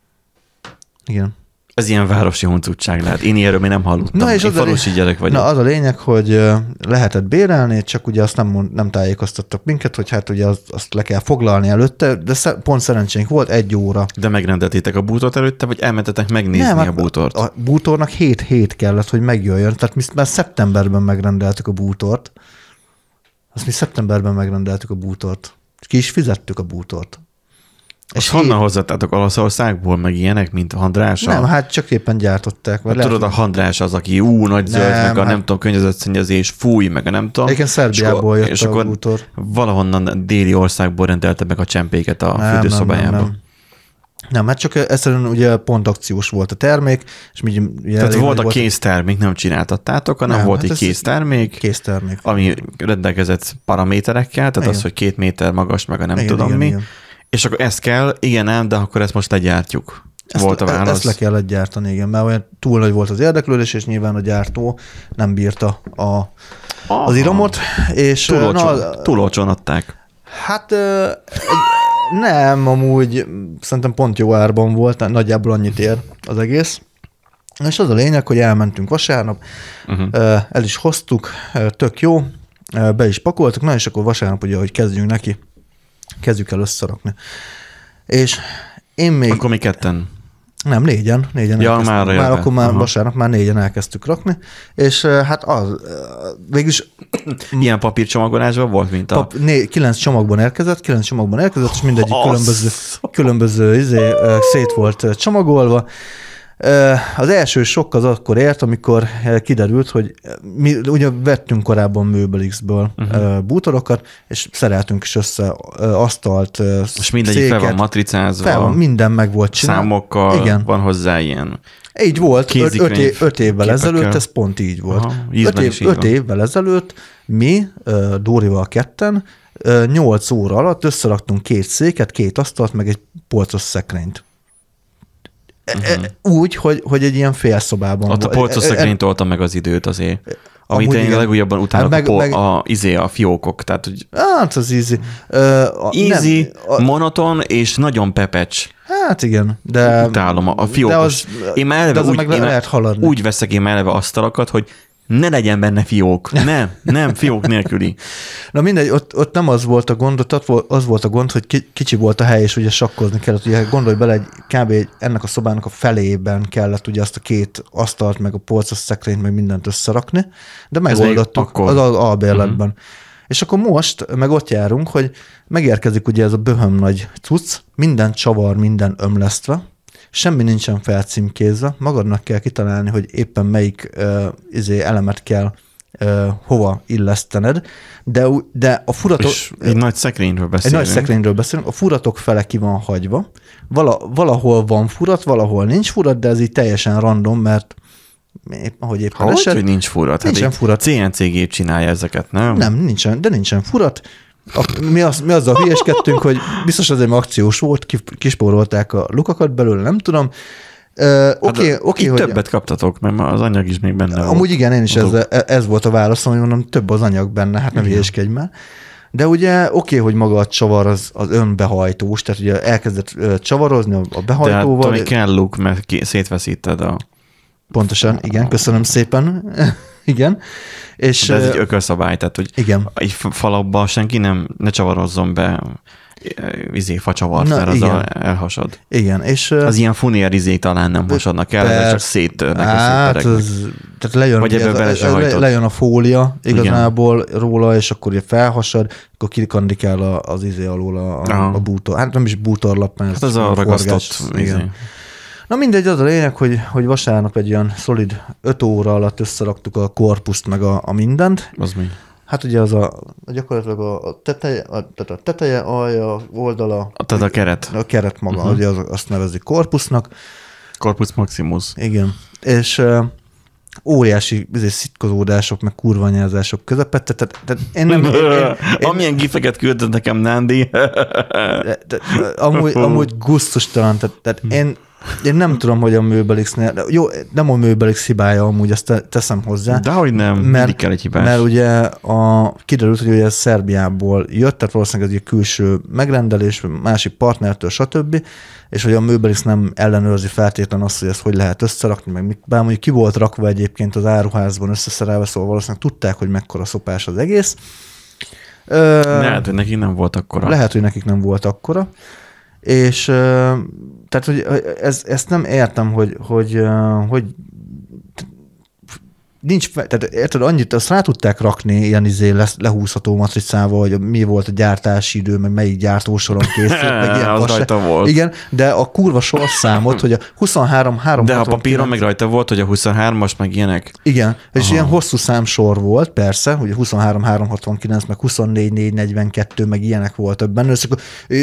Speaker 2: Igen.
Speaker 1: Ez ilyen városi huncutság lehet. Én ilyenről még nem hallottam.
Speaker 2: Na és
Speaker 1: Én
Speaker 2: az a
Speaker 1: falusi
Speaker 2: lé-
Speaker 1: gyerek vagyok.
Speaker 2: Na az a lényeg, hogy lehetett bérelni, csak ugye azt nem, mond, nem tájékoztattak minket, hogy hát ugye azt, azt le kell foglalni előtte, de sze- pont szerencsénk volt egy óra.
Speaker 1: De megrendeltétek a bútort előtte, vagy elmentetek megnézni
Speaker 2: Nem,
Speaker 1: a bútort?
Speaker 2: A bútornak hét hét kellett, hogy megjöjjön, tehát mi már szeptemberben megrendeltük a bútort. Azt mi szeptemberben megrendeltük a bútort. Ki is fizettük a bútort.
Speaker 1: És honnan hozzátátok Olaszországból, meg ilyenek, mint a Handrása?
Speaker 2: Nem, hát csak éppen gyártották.
Speaker 1: Hát tudod, a Handrás az, aki ú, nagy zöld,
Speaker 2: Nem,
Speaker 1: meg a
Speaker 2: hát-
Speaker 1: nem tudom, környezetszennyezés, fúj, meg a nem tudom.
Speaker 2: Egyébként Szerbiából
Speaker 1: és
Speaker 2: jött
Speaker 1: és
Speaker 2: a
Speaker 1: akkor
Speaker 2: bútor.
Speaker 1: valahonnan déli országból rendelte meg a csempéket a
Speaker 2: Nem,
Speaker 1: fürdőszobájába.
Speaker 2: Nem, nem, nem. nem, hát csak egyszerűen ugye pont akciós volt a termék, és mi ugye
Speaker 1: Tehát
Speaker 2: elég
Speaker 1: volt
Speaker 2: nagy
Speaker 1: a késztermék, nem csináltattátok, hanem
Speaker 2: Nem,
Speaker 1: volt
Speaker 2: hát
Speaker 1: egy
Speaker 2: ez
Speaker 1: késztermék,
Speaker 2: késztermék.
Speaker 1: ami rendelkezett paraméterekkel, tehát
Speaker 2: Igen.
Speaker 1: az, hogy két méter magas, meg a nem
Speaker 2: Igen,
Speaker 1: tudom
Speaker 2: igen,
Speaker 1: mi.
Speaker 2: igen.
Speaker 1: És akkor ezt kell, igen, nem, de akkor ezt most legyártjuk.
Speaker 2: Ezt,
Speaker 1: Volt a válasz.
Speaker 2: Ezt le kellett gyártani, igen, mert olyan túl nagy volt az érdeklődés, és nyilván a gyártó nem bírta a, az iramot, és
Speaker 1: Túl, olcsó,
Speaker 2: na,
Speaker 1: túl olcsón adták.
Speaker 2: hát ö, egy- nem, amúgy szerintem pont jó árban volt, nagyjából annyit ér az egész. És az a lényeg, hogy elmentünk vasárnap,
Speaker 1: Uh-huh.
Speaker 2: ö, el is hoztuk, ö, tök jó, ö, be is pakoltuk, na és akkor vasárnap ugye, hogy kezdjünk neki, kezdjük el összerakni. És én még...
Speaker 1: Akkor mi ketten.
Speaker 2: Nem, négyen. négyen
Speaker 1: Ja,
Speaker 2: elkezdtük.
Speaker 1: már
Speaker 2: már
Speaker 1: értem.
Speaker 2: akkor már
Speaker 1: Aha.
Speaker 2: vasárnap már négyen elkezdtük rakni, és eh, hát az, eh, végülis
Speaker 1: Ilyen papírcsomagolásban volt, mint a...
Speaker 2: pap, né, kilenc csomagban érkezett, kilenc csomagban érkezett, és mindegyik
Speaker 1: Az.
Speaker 2: különböző, különböző izé, eh, szét volt eh, csomagolva. Eh, Az első sok az akkor ért, amikor eh, kiderült, hogy mi ugye vettünk korábban Möbelixből
Speaker 1: Mhm.
Speaker 2: uh-huh. bútorokat, és szereltünk is össze eh, asztalt, eh,
Speaker 1: És mindegyik fel van
Speaker 2: széket.
Speaker 1: matricázva,
Speaker 2: Fel van, minden meg volt csinálva.
Speaker 1: számokkal,
Speaker 2: Igen.
Speaker 1: van hozzá ilyen.
Speaker 2: Így volt, öt, öt,
Speaker 1: Kézikönyv
Speaker 2: év, öt évvel
Speaker 1: képekkel.
Speaker 2: ezelőtt, ez pont így volt.
Speaker 1: Aha,
Speaker 2: öt,
Speaker 1: ízben
Speaker 2: év,
Speaker 1: is így
Speaker 2: öt
Speaker 1: van.
Speaker 2: évvel ezelőtt mi, ö, Dórival ketten, ö, nyolc óra alatt összeraktunk két széket, két asztalt, meg egy polcos szekrényt. Uh-huh. Úgy, hogy, hogy egy ilyen félszobában
Speaker 1: Ott a
Speaker 2: volt.
Speaker 1: polcos
Speaker 2: E- e-
Speaker 1: szekrény tolta meg az időt azért. Amit
Speaker 2: Amúgy
Speaker 1: én
Speaker 2: igen.
Speaker 1: legújabban utálok,
Speaker 2: Hát meg-
Speaker 1: a, po-
Speaker 2: meg-
Speaker 1: a, izé, a fiókok. Tehát, hogy
Speaker 2: Hát az easy. Ö, a,
Speaker 1: easy,
Speaker 2: nem, a,
Speaker 1: monoton és nagyon pepecs.
Speaker 2: hát igen, de...
Speaker 1: Utálom a, a fiókos.
Speaker 2: De az,
Speaker 1: én már
Speaker 2: de
Speaker 1: eleve
Speaker 2: azon
Speaker 1: úgy,
Speaker 2: meg
Speaker 1: én
Speaker 2: le,
Speaker 1: már
Speaker 2: lehet haladni.
Speaker 1: úgy veszek én már eleve asztalokat, hogy ne legyen benne fiók. Nem, nem, fiók nélküli.
Speaker 2: Na mindegy, ott, ott nem az volt a gond, ott az volt a gond, hogy ki- kicsi volt a hely, és ugye sakkozni kellett. Ugye gondolj bele, egy, kb. Egy, ennek a szobának a felében kellett ugye azt a két asztalt, meg a polcos szekrényt, meg mindent összerakni, de megoldottuk
Speaker 1: akkor-
Speaker 2: az al- albérletben. Uh-huh. És akkor most meg ott járunk, hogy megérkezik ugye ez a böhöm nagy cucc, minden csavar, minden ömlesztve, semmi nincsen felcímkézve, magadnak kell kitalálni, hogy éppen melyik uh, izé, elemet kell uh, hova illesztened, de, u- de a furatok...
Speaker 1: És egy nagy szekrényről
Speaker 2: Egy
Speaker 1: beszélünk.
Speaker 2: nagy szekrényről beszélünk, a furatok fele ki van hagyva, Vala, valahol van furat, valahol nincs furat, de ez így teljesen random, mert épp, ahogy éppen
Speaker 1: Hogy,
Speaker 2: esett,
Speaker 1: hogy nincs furat?
Speaker 2: Nincsen
Speaker 1: hát
Speaker 2: furat.
Speaker 1: cé en cé gép csinálja ezeket, nem?
Speaker 2: nem, nincsen, de nincsen furat. A, mi, az, mi azzal hülyeskedtünk, hogy biztos azért akciós volt, ki- kispórolták a lukakat belőle, nem tudom. Uh, Oké,
Speaker 1: Hát,
Speaker 2: oké,
Speaker 1: itt
Speaker 2: hogy...
Speaker 1: többet kaptatok, mert ma az anyag is még benne volt.
Speaker 2: Amúgy igen, én is ez,
Speaker 1: Azok.
Speaker 2: ez volt a válaszom, hogy mondom, több az anyag benne, hát nem hülyeskedj már. De ugye oké, hogy maga a csavar az, az önbehajtós, tehát ugye elkezdett ö, csavarozni a, a
Speaker 1: De hát
Speaker 2: behajtóval.
Speaker 1: tudom, kell luk, mert ki, szétveszíted a...
Speaker 2: Pontosan, igen, köszönöm szépen. Igen. És,
Speaker 1: De ez egy
Speaker 2: ö,
Speaker 1: ökölszabály, tehát hogy
Speaker 2: igen.
Speaker 1: egy falakba senki nem, ne csavarozzon be izé, facsavart,
Speaker 2: Na,
Speaker 1: mert az
Speaker 2: igen.
Speaker 1: a, elhasad.
Speaker 2: Igen, és... ö,
Speaker 1: Az ilyen funér izék talán nem hasadnak el, ezek csak
Speaker 2: persze.
Speaker 1: széttörnek a
Speaker 2: Hát,
Speaker 1: széttereknek.
Speaker 2: az, tehát lejön,
Speaker 1: Vagy
Speaker 2: ugye
Speaker 1: ebbe bele
Speaker 2: ez,
Speaker 1: se
Speaker 2: ez, le,
Speaker 1: hajtod.
Speaker 2: lejön a fólia igazából igen. róla, és akkor ugye felhasad, akkor kikandikál a- az izé alól a,
Speaker 1: Aha.
Speaker 2: a, a bútor. Hát nem is bútorlap, mert
Speaker 1: Hát az a ragasztott izé.
Speaker 2: igen. Na mindegy, az a lényeg, hogy, hogy vasárnap egy ilyen szolid öt óra alatt összeraktuk a korpuszt meg a, a mindent.
Speaker 1: Az mi?
Speaker 2: Hát ugye az a gyakorlatilag a teteje, a, tehát a teteje, alja, oldala,
Speaker 1: Tehát a keret.
Speaker 2: a keret maga,
Speaker 1: Uh-huh.
Speaker 2: uh-huh. ugye az, azt nevezik korpusznak.
Speaker 1: Corpus maximus.
Speaker 2: Igen. És uh, óriási szitkozódások, meg kurvanyázások közepette. Tehát, tehát én nem... Én, én, én,
Speaker 1: Amilyen gifeket küldött nekem Nándi.
Speaker 2: de, de, amúgy, amúgy gusztustalan. Tehát, tehát én, én nem tudom, hogy a Mőbelixnél... Jó, nem a Mőbelix hibája amúgy, ezt teszem hozzá.
Speaker 1: Dehogy nem, mindig kell egy hibás.
Speaker 2: Mert ugye a, kiderült, hogy ugye Szerbiából jött, tehát valószínűleg ez egy külső megrendelés, másik partnertől, stb., és hogy a Mőbelix nem ellenőrzi feltétlenül azt, hogy ezt hogy lehet összerakni, meg mit, bár mondjuk ki volt rakva egyébként az áruházban összeszerelve, szóval valószínűleg tudták, hogy mekkora szopás az egész.
Speaker 1: Lehet, hogy nekik nem volt akkora.
Speaker 2: Lehet, hogy nekik nem volt akkora. És tehát, hogy ez, ezt nem értem, hogy, hogy, hogy nincs, tehát érted, annyit, azt rá tudták rakni ilyen izé lehúzható matricával, hogy mi volt a gyártási idő, meg melyik gyártósoron készült, meg ilyen
Speaker 1: az rajta volt.
Speaker 2: Igen, de a kurva sorszámot, hogy a huszonhárom három
Speaker 1: De a papíron meg rajta volt, hogy a huszonhármas, meg ilyenek.
Speaker 2: Igen, és aha, ilyen hosszú számsor volt, persze, ugye huszonhárom három hatvankilenc, meg huszonnégy négy negyvenkettő, meg ilyenek voltak benne, és akkor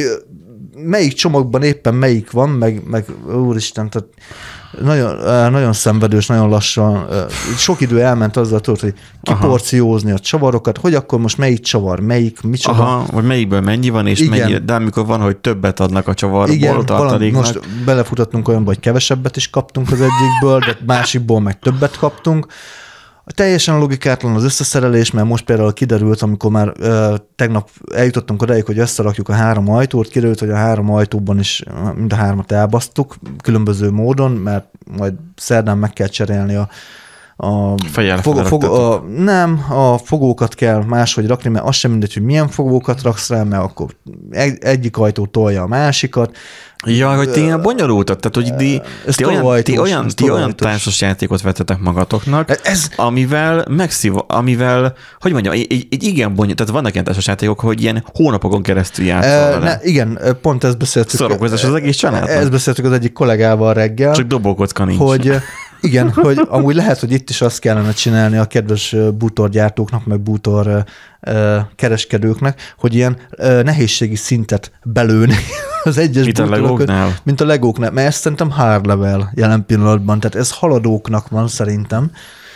Speaker 2: melyik csomagban éppen melyik van, meg, meg úristen, tehát nagyon, nagyon szenvedős, nagyon lassan, sok idő elment azzal, tudod, hogy kiporciózni a csavarokat, hogy akkor most melyik csavar, melyik, micsoda.
Speaker 1: Aha, vagy melyikből mennyi van, és igen, mennyi, de amikor van, hogy többet adnak a csavarból,
Speaker 2: igen, tartaléknak. Most belefutottunk olyanba, hogy kevesebbet is kaptunk az egyikből, de másikból meg többet kaptunk. Teljesen logikátlan az összeszerelés, mert most például kiderült, amikor már ö, tegnap eljutottunk odáig, hogy összerakjuk a három ajtót, kiderült, hogy a három ajtóban is mind a hármat elbasztuk különböző módon, mert majd szerdán meg kell cserélni a, a, fog, fog, a nem, a fogókat kell máshogy rakni, mert az sem mindegy, hogy milyen fogókat raksz rá, mert akkor egy, egyik ajtó tolja a másikat.
Speaker 1: Ja, hogy ti ilyen bonyolultat, tehát hogy ti, ti olyan, ti olyan, ti olyan társasjátékot vettetek magatoknak, ez... amivel megszív, amivel, hogy mondjam, egy, egy igen bonyolult, tehát vannak ilyen társasjátékok, hogy ilyen hónapokon keresztül játszol
Speaker 2: e, igen, pont ezt beszéltük.
Speaker 1: Szorokozás az egész családnak.
Speaker 2: Ezt beszéltük az egyik kollégával reggel.
Speaker 1: Csak dobókocka nincs.
Speaker 2: Hogy igen, hogy amúgy lehet, hogy itt is azt kellene csinálni a kedves bútorgyártóknak, meg bútor kereskedőknek, hogy ilyen nehézségi szintet belőni az egyes
Speaker 1: mint a legóknál.
Speaker 2: Mint a legóknál, mert ez szerintem hard level jelen pillanatban, tehát ez haladóknak van szerintem,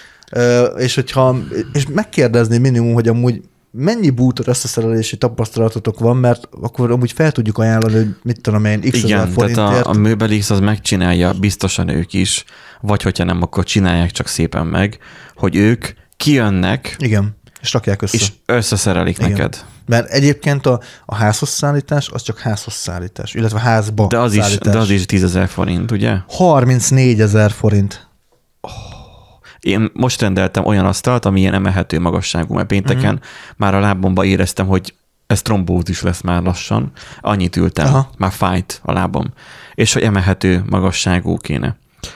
Speaker 2: és hogyha, és megkérdezni minimum, hogy amúgy mennyi bútor összeszerelési tapasztalatotok van, mert akkor amúgy fel tudjuk ajánlani, hogy mit tudom én, x ezer forintért.
Speaker 1: Igen, tehát a, a Mőbelix az megcsinálja, biztosan ők is, vagy hogyha nem, akkor csinálják csak szépen meg, hogy ők kijönnek,
Speaker 2: igen, és rakják össze. És
Speaker 1: összeszerelik igen. neked.
Speaker 2: Mert egyébként a, a házhoz szállítás, az csak házhoz szállítás, illetve házba
Speaker 1: de az
Speaker 2: szállítás.
Speaker 1: Is, de az is tízezer forint, ugye?
Speaker 2: harmincnégyezer forint.
Speaker 1: Oh. Én most rendeltem olyan asztalt, ami ilyen emelhető magasságú, mert pénteken uh-huh. már a lábomba éreztem, hogy ez trombózis lesz már lassan. Annyit ültem, aha. már fájt a lábom. És hogy emelhető magasságú kéne.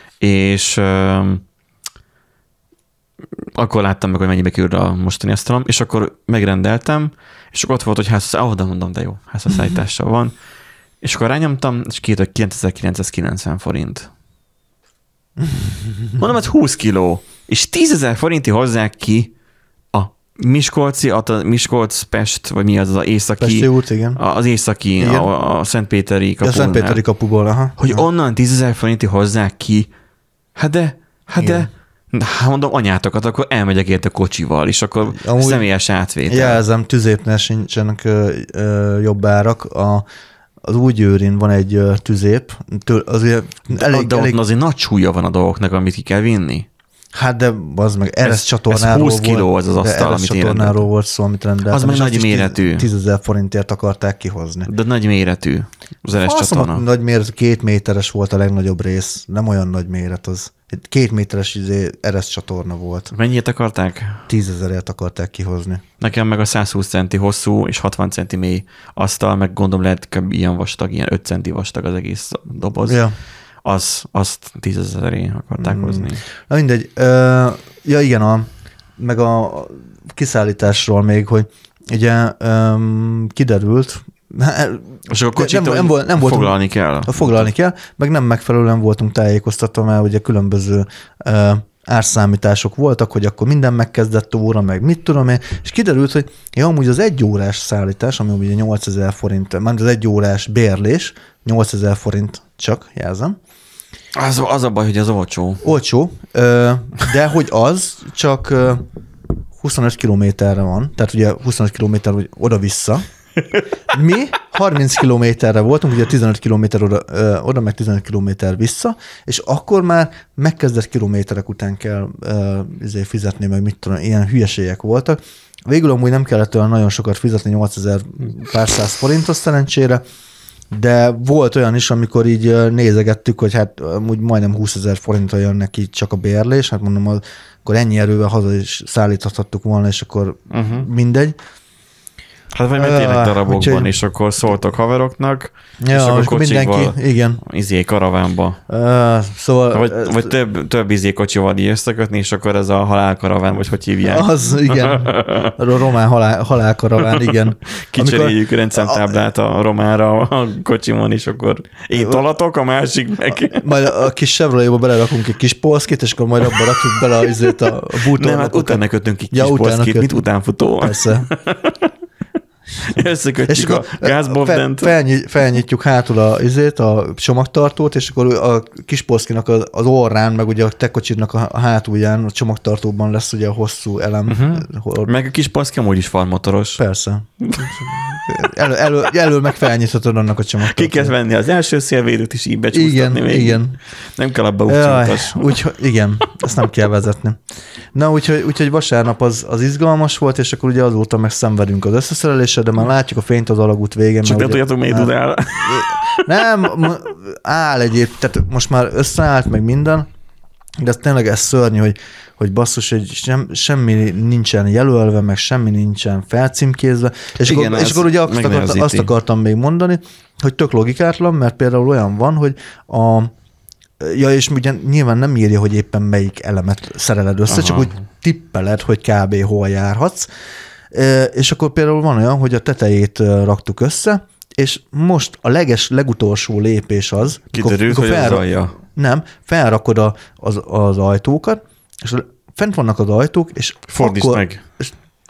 Speaker 1: És euh, akkor láttam meg, hogy mennyibe kerül a mostani asztalom, és akkor megrendeltem, és akkor ott volt, hogy házhoz, oh, de mondom, de jó, házhozszállítással van. És akkor rányomtam, és kijött, hogy kilencezer-kilencszázkilencven forint. Mondom, hogy húsz kiló, és tízezer forinti hozzák ki a Miskolci, a Miskolc-Pest, vagy mi az az északi,
Speaker 2: Pesti út, igen.
Speaker 1: Az északi, a, a Szentpéteri kapunál.
Speaker 2: A Szentpéteri kapuból, aha.
Speaker 1: Hogy
Speaker 2: aha.
Speaker 1: onnan tízezer forinti hozzák ki, hát de, hát igen. de, hát mondom, anyátokat, akkor elmegyek érte kocsival, és akkor amúgy személyes átvétel.
Speaker 2: Jelzem, tüzépnél sincsenek ö, ö, jobb árak. A Az Újgyőrin van egy tüzép. Azért
Speaker 1: de,
Speaker 2: elég,
Speaker 1: de
Speaker 2: elég...
Speaker 1: ott azért nagy súlya van a dolgoknak, amit ki kell vinni.
Speaker 2: Hát de az meg eresz csatornáról volt.
Speaker 1: Ez húsz kiló az az asztal, amit én
Speaker 2: csatornáról volt szó, amit rendeltem.
Speaker 1: Az meg nagy méretű.
Speaker 2: tízezer forintért akarták kihozni.
Speaker 1: De nagy méretű az eresz csatorna.
Speaker 2: Nagy méretű, két méteres volt a legnagyobb rész. Nem olyan nagy méret az. Két méteres eresz csatorna volt.
Speaker 1: Mennyit akarták?
Speaker 2: Tízezerért akarták kihozni.
Speaker 1: Nekem meg a száz húsz centi hosszú és hatvan centi mély asztal, meg gondolom lehet ilyen vastag, ilyen öt centi vastag az egész doboz. Ja. Az, azt tízezeré akarták mm. hozni.
Speaker 2: Na mindegy. Uh, ja igen, a, meg a kiszállításról még, hogy ugye um, kiderült,
Speaker 1: és akkor kocsit nem, nem, nem
Speaker 2: voltunk,
Speaker 1: foglalni kell.
Speaker 2: Foglalni kell, meg nem megfelelően voltunk tájékoztatva, mert ugye különböző uh, árszámítások voltak, hogy akkor minden megkezdett óra, meg mit tudom én, és kiderült, hogy ja, amúgy az egy órás szállítás, ami ugye nyolcezer forint, már az egy órás bérlés, nyolcezer forint csak, jelzem,
Speaker 1: Az, az a baj, hogy az olcsó.
Speaker 2: Olcsó, de hogy az csak huszonöt kilométerre van, tehát ugye huszonöt kilométer oda-vissza. Mi harminc kilométerre voltunk, ugye tizenöt kilométer oda, oda, meg tizenöt kilométer vissza, és akkor már megkezdett kilométerek után kell uh, fizetni, meg mit tudom, ilyen hülyeségek voltak. Végül amúgy nem kellett olyan nagyon sokat fizetni, nyolcezer pár száz forintos szerencsére, de volt olyan is, amikor így nézegettük, hogy hát úgy majdnem húszezer forintra jön neki csak a bérlés, hát mondom, az, akkor ennyi erővel haza is szállíthattuk volna, és akkor uh-huh. mindegy.
Speaker 1: Hát vagy mert tényleg darabokban, úgyhogy... és akkor szóltok haveroknak,
Speaker 2: ja,
Speaker 1: és akkor kocsikval,
Speaker 2: mindenki, igen.
Speaker 1: izé karavánba.
Speaker 2: Uh, szóval...
Speaker 1: Vagy, uh, vagy több, több izé kocsival így összekötni, és akkor ez a halálkaraván, vagy hogy hívják.
Speaker 2: Az, igen. A román halál, halálkaraván, igen.
Speaker 1: Kicseréljük a rendszámtáblát a románra a kocsimon, és akkor én tolatok, a másik meg...
Speaker 2: Majd a kis Chevroletba belerakunk egy kis polszkit, és akkor majd abba rakjuk bele azért a bútornapokat.
Speaker 1: Nem, hát utána kötünk egy kis
Speaker 2: ja,
Speaker 1: polszkit, mint utánfutó.
Speaker 2: Persze.
Speaker 1: Összekötjük a gázbovdent.
Speaker 2: Fel, felnyit, felnyitjuk hátul a, izét, a csomagtartót, és akkor a kis polszkinak az, az orrán, meg ugye a te kocsidnak a, a hátulján, a csomagtartóban lesz ugye a hosszú elem.
Speaker 1: Uh-huh. Meg a kis polszki amúgy is farmotoros.
Speaker 2: Persze. Elő, elő, elő meg felnyithatod annak a csomagtartót.
Speaker 1: Ki kell venni az első szélvédőt is így becsúsztatni.
Speaker 2: Igen,
Speaker 1: még.
Speaker 2: igen.
Speaker 1: Nem kell abba úgycsintas.
Speaker 2: Úgy, igen, ezt nem kell vezetni. Na, úgyhogy, úgyhogy vasárnap az, az izgalmas volt, és akkor ugye azóta meg szenvedünk az összeszerelésre, de már látjuk a fényt az alagút végén.
Speaker 1: Csak nem tudjátok, még tud el.
Speaker 2: Nem, áll egyéb, tehát most már összeállt meg minden, de ez tényleg ez szörnyű, hogy, hogy basszus, hogy sem, semmi nincsen jelölve, meg semmi nincsen felcímkézve, és, igen, akkor, és akkor ugye azt, akart, azt akartam még mondani, hogy tök logikátlan, mert például olyan van, hogy a ja, és ugye nyilván nem írja, hogy éppen melyik elemet szereled össze, aha, csak úgy tippeled, hogy kb. Hol járhatsz, és akkor például van olyan, hogy a tetejét raktuk össze, és most a leges, legutolsó lépés az,
Speaker 1: kiderült, hogy felra- az alja.
Speaker 2: Nem, felrakod a, az, az ajtókat, és fent vannak az ajtók, és
Speaker 1: fordítsd
Speaker 2: akkor,
Speaker 1: meg.
Speaker 2: És,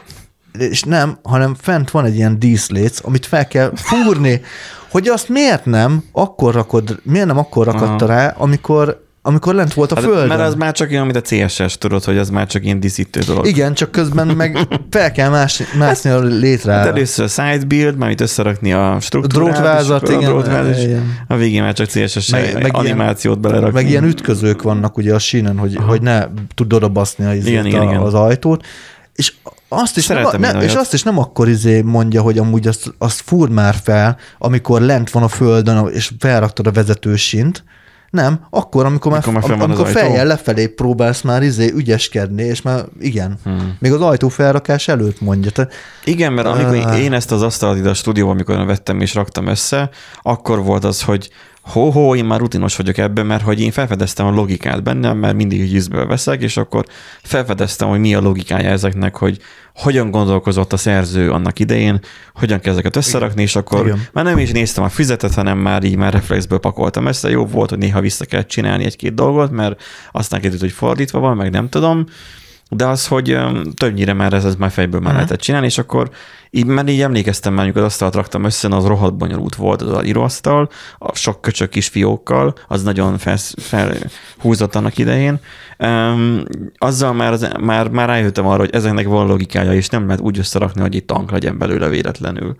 Speaker 2: és nem, hanem fent van egy ilyen díszléc, amit fel kell fúrni, hogy azt miért nem akkor rakod, miért nem akkor rakadta rá, amikor amikor lent volt a hát, földön.
Speaker 1: Mert az már csak olyan, mint a cé es es, tudod, hogy az már csak ilyen díszítő dolog.
Speaker 2: Igen, csak közben meg fel kell más, mászni a létre.
Speaker 1: Hát először a side build, már itt összerakni a struktúrát.
Speaker 2: Drótvázat, igen. A
Speaker 1: drótvázat, igen. A végén már csak cé es es meg, meg animációt ilyen, belerakni.
Speaker 2: Meg ilyen ütközők vannak ugye a sínen, hogy, hogy ne tud odabaszni az, igen, igen, igen. az ajtót. És azt is, nem, ne, és azt is nem akkor izé mondja, hogy amúgy azt, azt fúr már fel, amikor lent van a földön, és felraktad a vezetősint. Nem, akkor, amikor, amikor már, am, amikor feljel lefelé próbálsz már izé ügyeskedni, és már igen, hmm. még az ajtó felrakás előtt mondja. Te,
Speaker 1: igen, mert amikor uh, én ezt az asztalat ide a stúdióban, amikor vettem és raktam össze, akkor volt az, hogy ho-ho, én már rutinos vagyok ebben, mert hogy én felfedeztem a logikát bennem, mert mindig ízből veszek, és akkor felfedeztem, hogy mi a logikája ezeknek, hogy hogyan gondolkozott a szerző annak idején, hogyan kell ezeket összerakni, és akkor igen. Már nem is néztem a füzetet, hanem már így már reflexből pakoltam össze. Jó volt, hogy néha vissza kell csinálni egy-két dolgot, mert aztán kiderült, hogy fordítva van, meg nem tudom, de az, hogy um, többnyire már ez, ez már fejből már uh-huh. lehetett csinálni, és akkor így, mert így emlékeztem már, amikor az asztalt raktam össze, az rohadt bonyolult volt az íróasztal, a sok köcsök kis fiókkal, az nagyon felhúzott fel, annak idején. Um, azzal már, az, már, már rájöttem arra, hogy ezeknek van logikája, és nem lehet úgy összerakni, hogy itt tank legyen belőle véletlenül.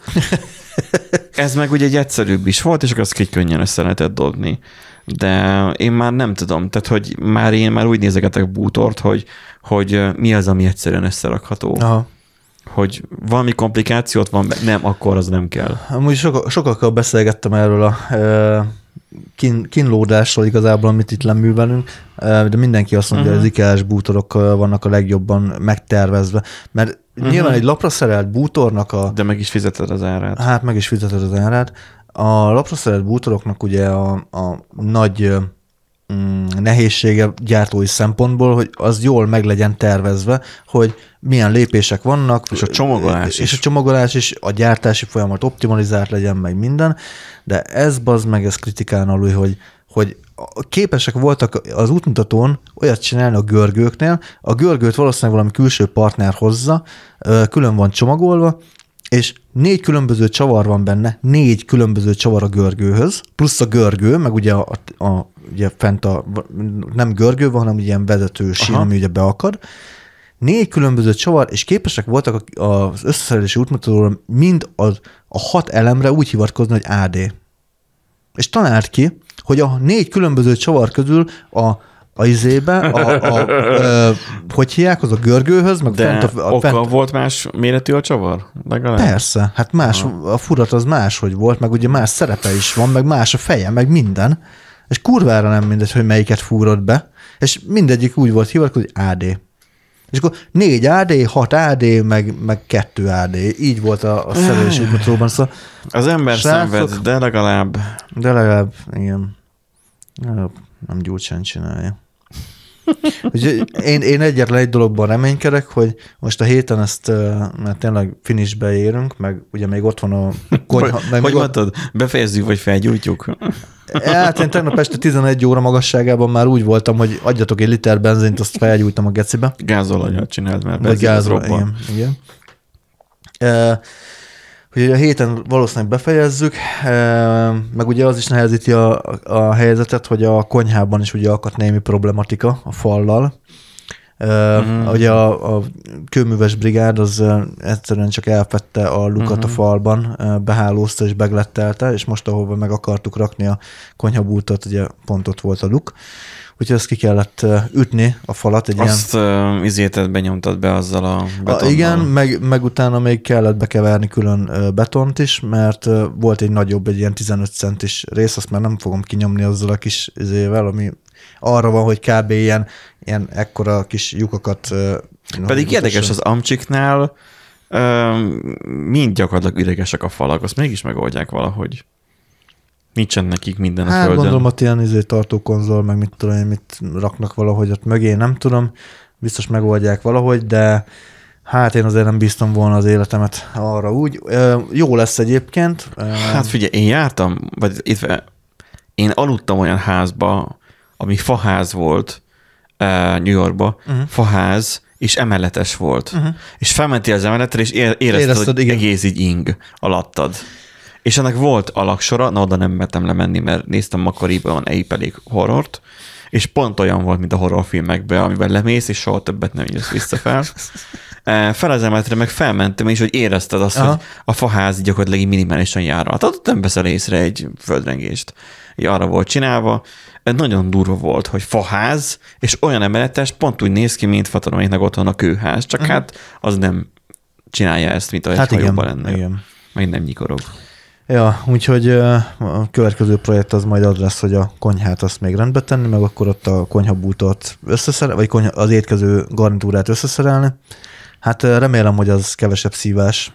Speaker 1: Ez meg ugye egy egyszerűbb is volt, és akkor azt így könnyen össze lehetett dobni. De én már nem tudom, tehát hogy már én már úgy nézegetek bútort, hogy, hogy mi az, ami egyszerűen összerakható. Aha. Hogy valami komplikációt van, nem, akkor az nem kell.
Speaker 2: Amúgy soka, sokakkal beszélgettem erről a e, kín, kínlódásról igazából, amit itt leművelünk, e, de mindenki azt mondja, uh-huh. hogy az ikás bútorok vannak a legjobban megtervezve, mert uh-huh. nyilván egy lapra szerelt bútornak a...
Speaker 1: De meg is fizeted az árát.
Speaker 2: Hát meg is fizeted az árát. A lapra szerelt bútoroknak ugye a, a nagy mm, nehézsége gyártói szempontból, hogy az jól meg legyen tervezve, hogy milyen lépések vannak.
Speaker 1: És a csomagolás
Speaker 2: és
Speaker 1: is.
Speaker 2: És a csomagolás is, a gyártási folyamat optimalizált legyen, meg minden, de ez bazd meg, ez kritikán alul, hogy, hogy képesek voltak az útmutatón olyat csinálni a görgőknél, a görgőt valószínűleg valami külső partner hozza, külön van csomagolva, és négy különböző csavar van benne, négy különböző csavar a görgőhöz, plusz a görgő, meg ugye, a, a, ugye fent a, nem görgő van, hanem ilyen vezető sín, ami ugye beakad. Négy különböző csavar, és képesek voltak az összeszerelési útmutatóról mind az, a hat elemre úgy hivatkozni, hogy á dé. És talált ki, hogy a négy különböző csavar közül a a izébe, a, a, a, hogy hívják, az a görgőhöz, meg
Speaker 1: de
Speaker 2: fent a...
Speaker 1: oka
Speaker 2: fent...
Speaker 1: volt más méretű a csavar? Legalább?
Speaker 2: Persze, hát más, Aha. a furat az máshogy volt, meg ugye más szerepe is van, meg más a feje, meg minden, és kurvára nem mindegy, hogy melyiket fúrod be, és mindegyik úgy volt hivatkozni, hogy á dé. És akkor négy á dé, hat á dé, meg, meg kettő á dé. Így volt a, a szerelési útmutatóban. Szóval
Speaker 1: az ember
Speaker 2: srácok,
Speaker 1: szenved, de legalább...
Speaker 2: De legalább, igen. Nem Gyurcsány csinálja. Úgyhogy én, én egyetlen egy dologban reménykedek, hogy most a héten ezt, mert tényleg finishbe érünk, meg ugye még ott van a konyha.
Speaker 1: Hogy, hogy mondtad,
Speaker 2: ott...
Speaker 1: befejezzük, vagy felgyújtjuk?
Speaker 2: Hát én tegnap este tizenegy óra magasságában már úgy voltam, hogy adjatok egy liter benzint, azt felgyújtam a gecibe.
Speaker 1: Gázolajat csináld, mert
Speaker 2: vagy gázol, igen, igen. E, ugye a héten valószínűleg befejezzük, e, meg ugye az is nehezíti a, a helyzetet, hogy a konyhában is ugye akadt némi problematika a fallal. Uh, mm. Ugye a, a kőműves brigád az egyszerűen csak elfette a lukat mm. a falban, behálózta és beglettelte, és most, ahova meg akartuk rakni a konyhabútot, ugye pont ott volt a luk. Úgyhogy ezt ki kellett ütni a falat. Egy
Speaker 1: azt ilyen... uh, izétet benyomtad be azzal a betonnal.
Speaker 2: Igen, meg, meg utána még kellett bekeverni külön betont is, mert volt egy nagyobb, egy ilyen tizenöt centis rész, azt már nem fogom kinyomni azzal a kis izével, ami arra van, hogy kb. ilyen, ilyen ekkora kis lyukakat...
Speaker 1: Pedig érdekes az amcsiknál, mind gyakorlatilag üregesek a falak, azt mégis megoldják valahogy. Nincsen nekik minden a
Speaker 2: hát,
Speaker 1: földön.
Speaker 2: Gondolom, hogy ilyen izé, tartókonzol, meg mit tudom én, mit raknak valahogy ott mögé, nem tudom. Biztos megoldják valahogy, de hát én azért nem bíztam volna az életemet arra úgy. Jó lesz egyébként.
Speaker 1: Hát figyelj, én jártam, vagy itt, én aludtam olyan házba, ami faház volt New Yorkba, uh-huh. faház, és emeletes volt. Uh-huh. És felmentél az emeletre, és érezted, érezted hogy igen. egész így ing alattad. És ennek volt alaksora, na oda nem mertem lemenni, mert néztem Makariban egy elég horrort, és pont olyan volt, mint a horrorfilmekben, amiben lemész, és soha többet nem jössz vissza fel. Fel az emeletre meg felmentem, és hogy érezted azt, Aha. hogy a faház gyakorlatilag minimálisan jár. Hát ott nem veszel észre egy földrengést. Így arra volt csinálva. Nagyon durva volt, hogy faház, és olyan emeletes, pont úgy néz ki, mint Fataloméknak otthon a kőház, csak uh-huh. hát az nem csinálja ezt, mint ahogy hát hajóban lenne. Igen. Meg nem nyikorog.
Speaker 2: Ja, úgyhogy a következő projekt az majd az lesz, hogy a konyhát azt még rendbe tenni, meg akkor ott a konyhabútot összeszerelni, vagy konyha, az étkező garnitúrát összeszerelni. Hát remélem, hogy az kevesebb szívás.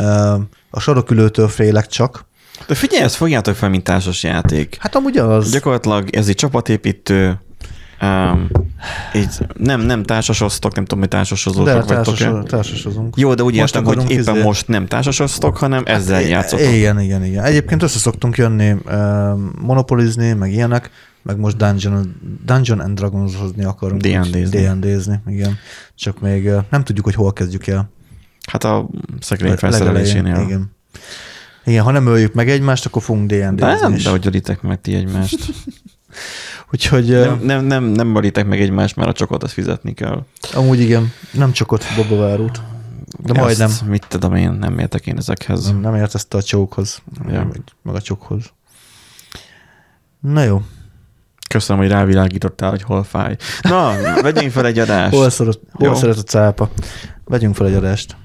Speaker 2: A sarokülőtől félek csak.
Speaker 1: De figyelj, ezt fogjátok fel, mint társas játék.
Speaker 2: Hát amúgy az.
Speaker 1: Gyakorlatilag ez egy csapatépítő, um, így nem, nem társasosztok, nem tudom, hogy társasozótok vagytok-e.
Speaker 2: Társasozunk.
Speaker 1: Jó, de úgy értem, hogy éppen izé... most nem társasosztok, hanem hát ezzel é- játszotok.
Speaker 2: Igen, igen, igen. Egyébként össze szoktunk jönni uh, monopolizni, meg ilyenek, meg most Dungeon, Dungeon and Dragons-hozni akarunk.
Speaker 1: dé en dé-zni.
Speaker 2: dé en dé-zni, igen. Csak még uh, nem tudjuk, hogy hol kezdjük el.
Speaker 1: Hát a szekrény felszerelésénél.
Speaker 2: Igen. Igen, ha nem öljük meg egymást, akkor fogunk dé en dé-zni.
Speaker 1: Nem, de hogy ölitek meg ti egymást.
Speaker 2: Úgyhogy...
Speaker 1: Nem, nem, nem, nem ölitek meg egymást, mert a csokot azt fizetni kell.
Speaker 2: Amúgy igen, nem csokot, babavárút. De ezt majdnem.
Speaker 1: Mit tudom én, nem értek én ezekhez.
Speaker 2: Nem, nem értesz te a csókhoz, ja. meg a csokhoz. Na jó.
Speaker 1: Köszönöm, hogy rávilágítottál, hogy hol fáj. Na, vegyünk fel egy adást.
Speaker 2: Hol szeret, hol szeret a cápa? Vegyünk fel egy adást.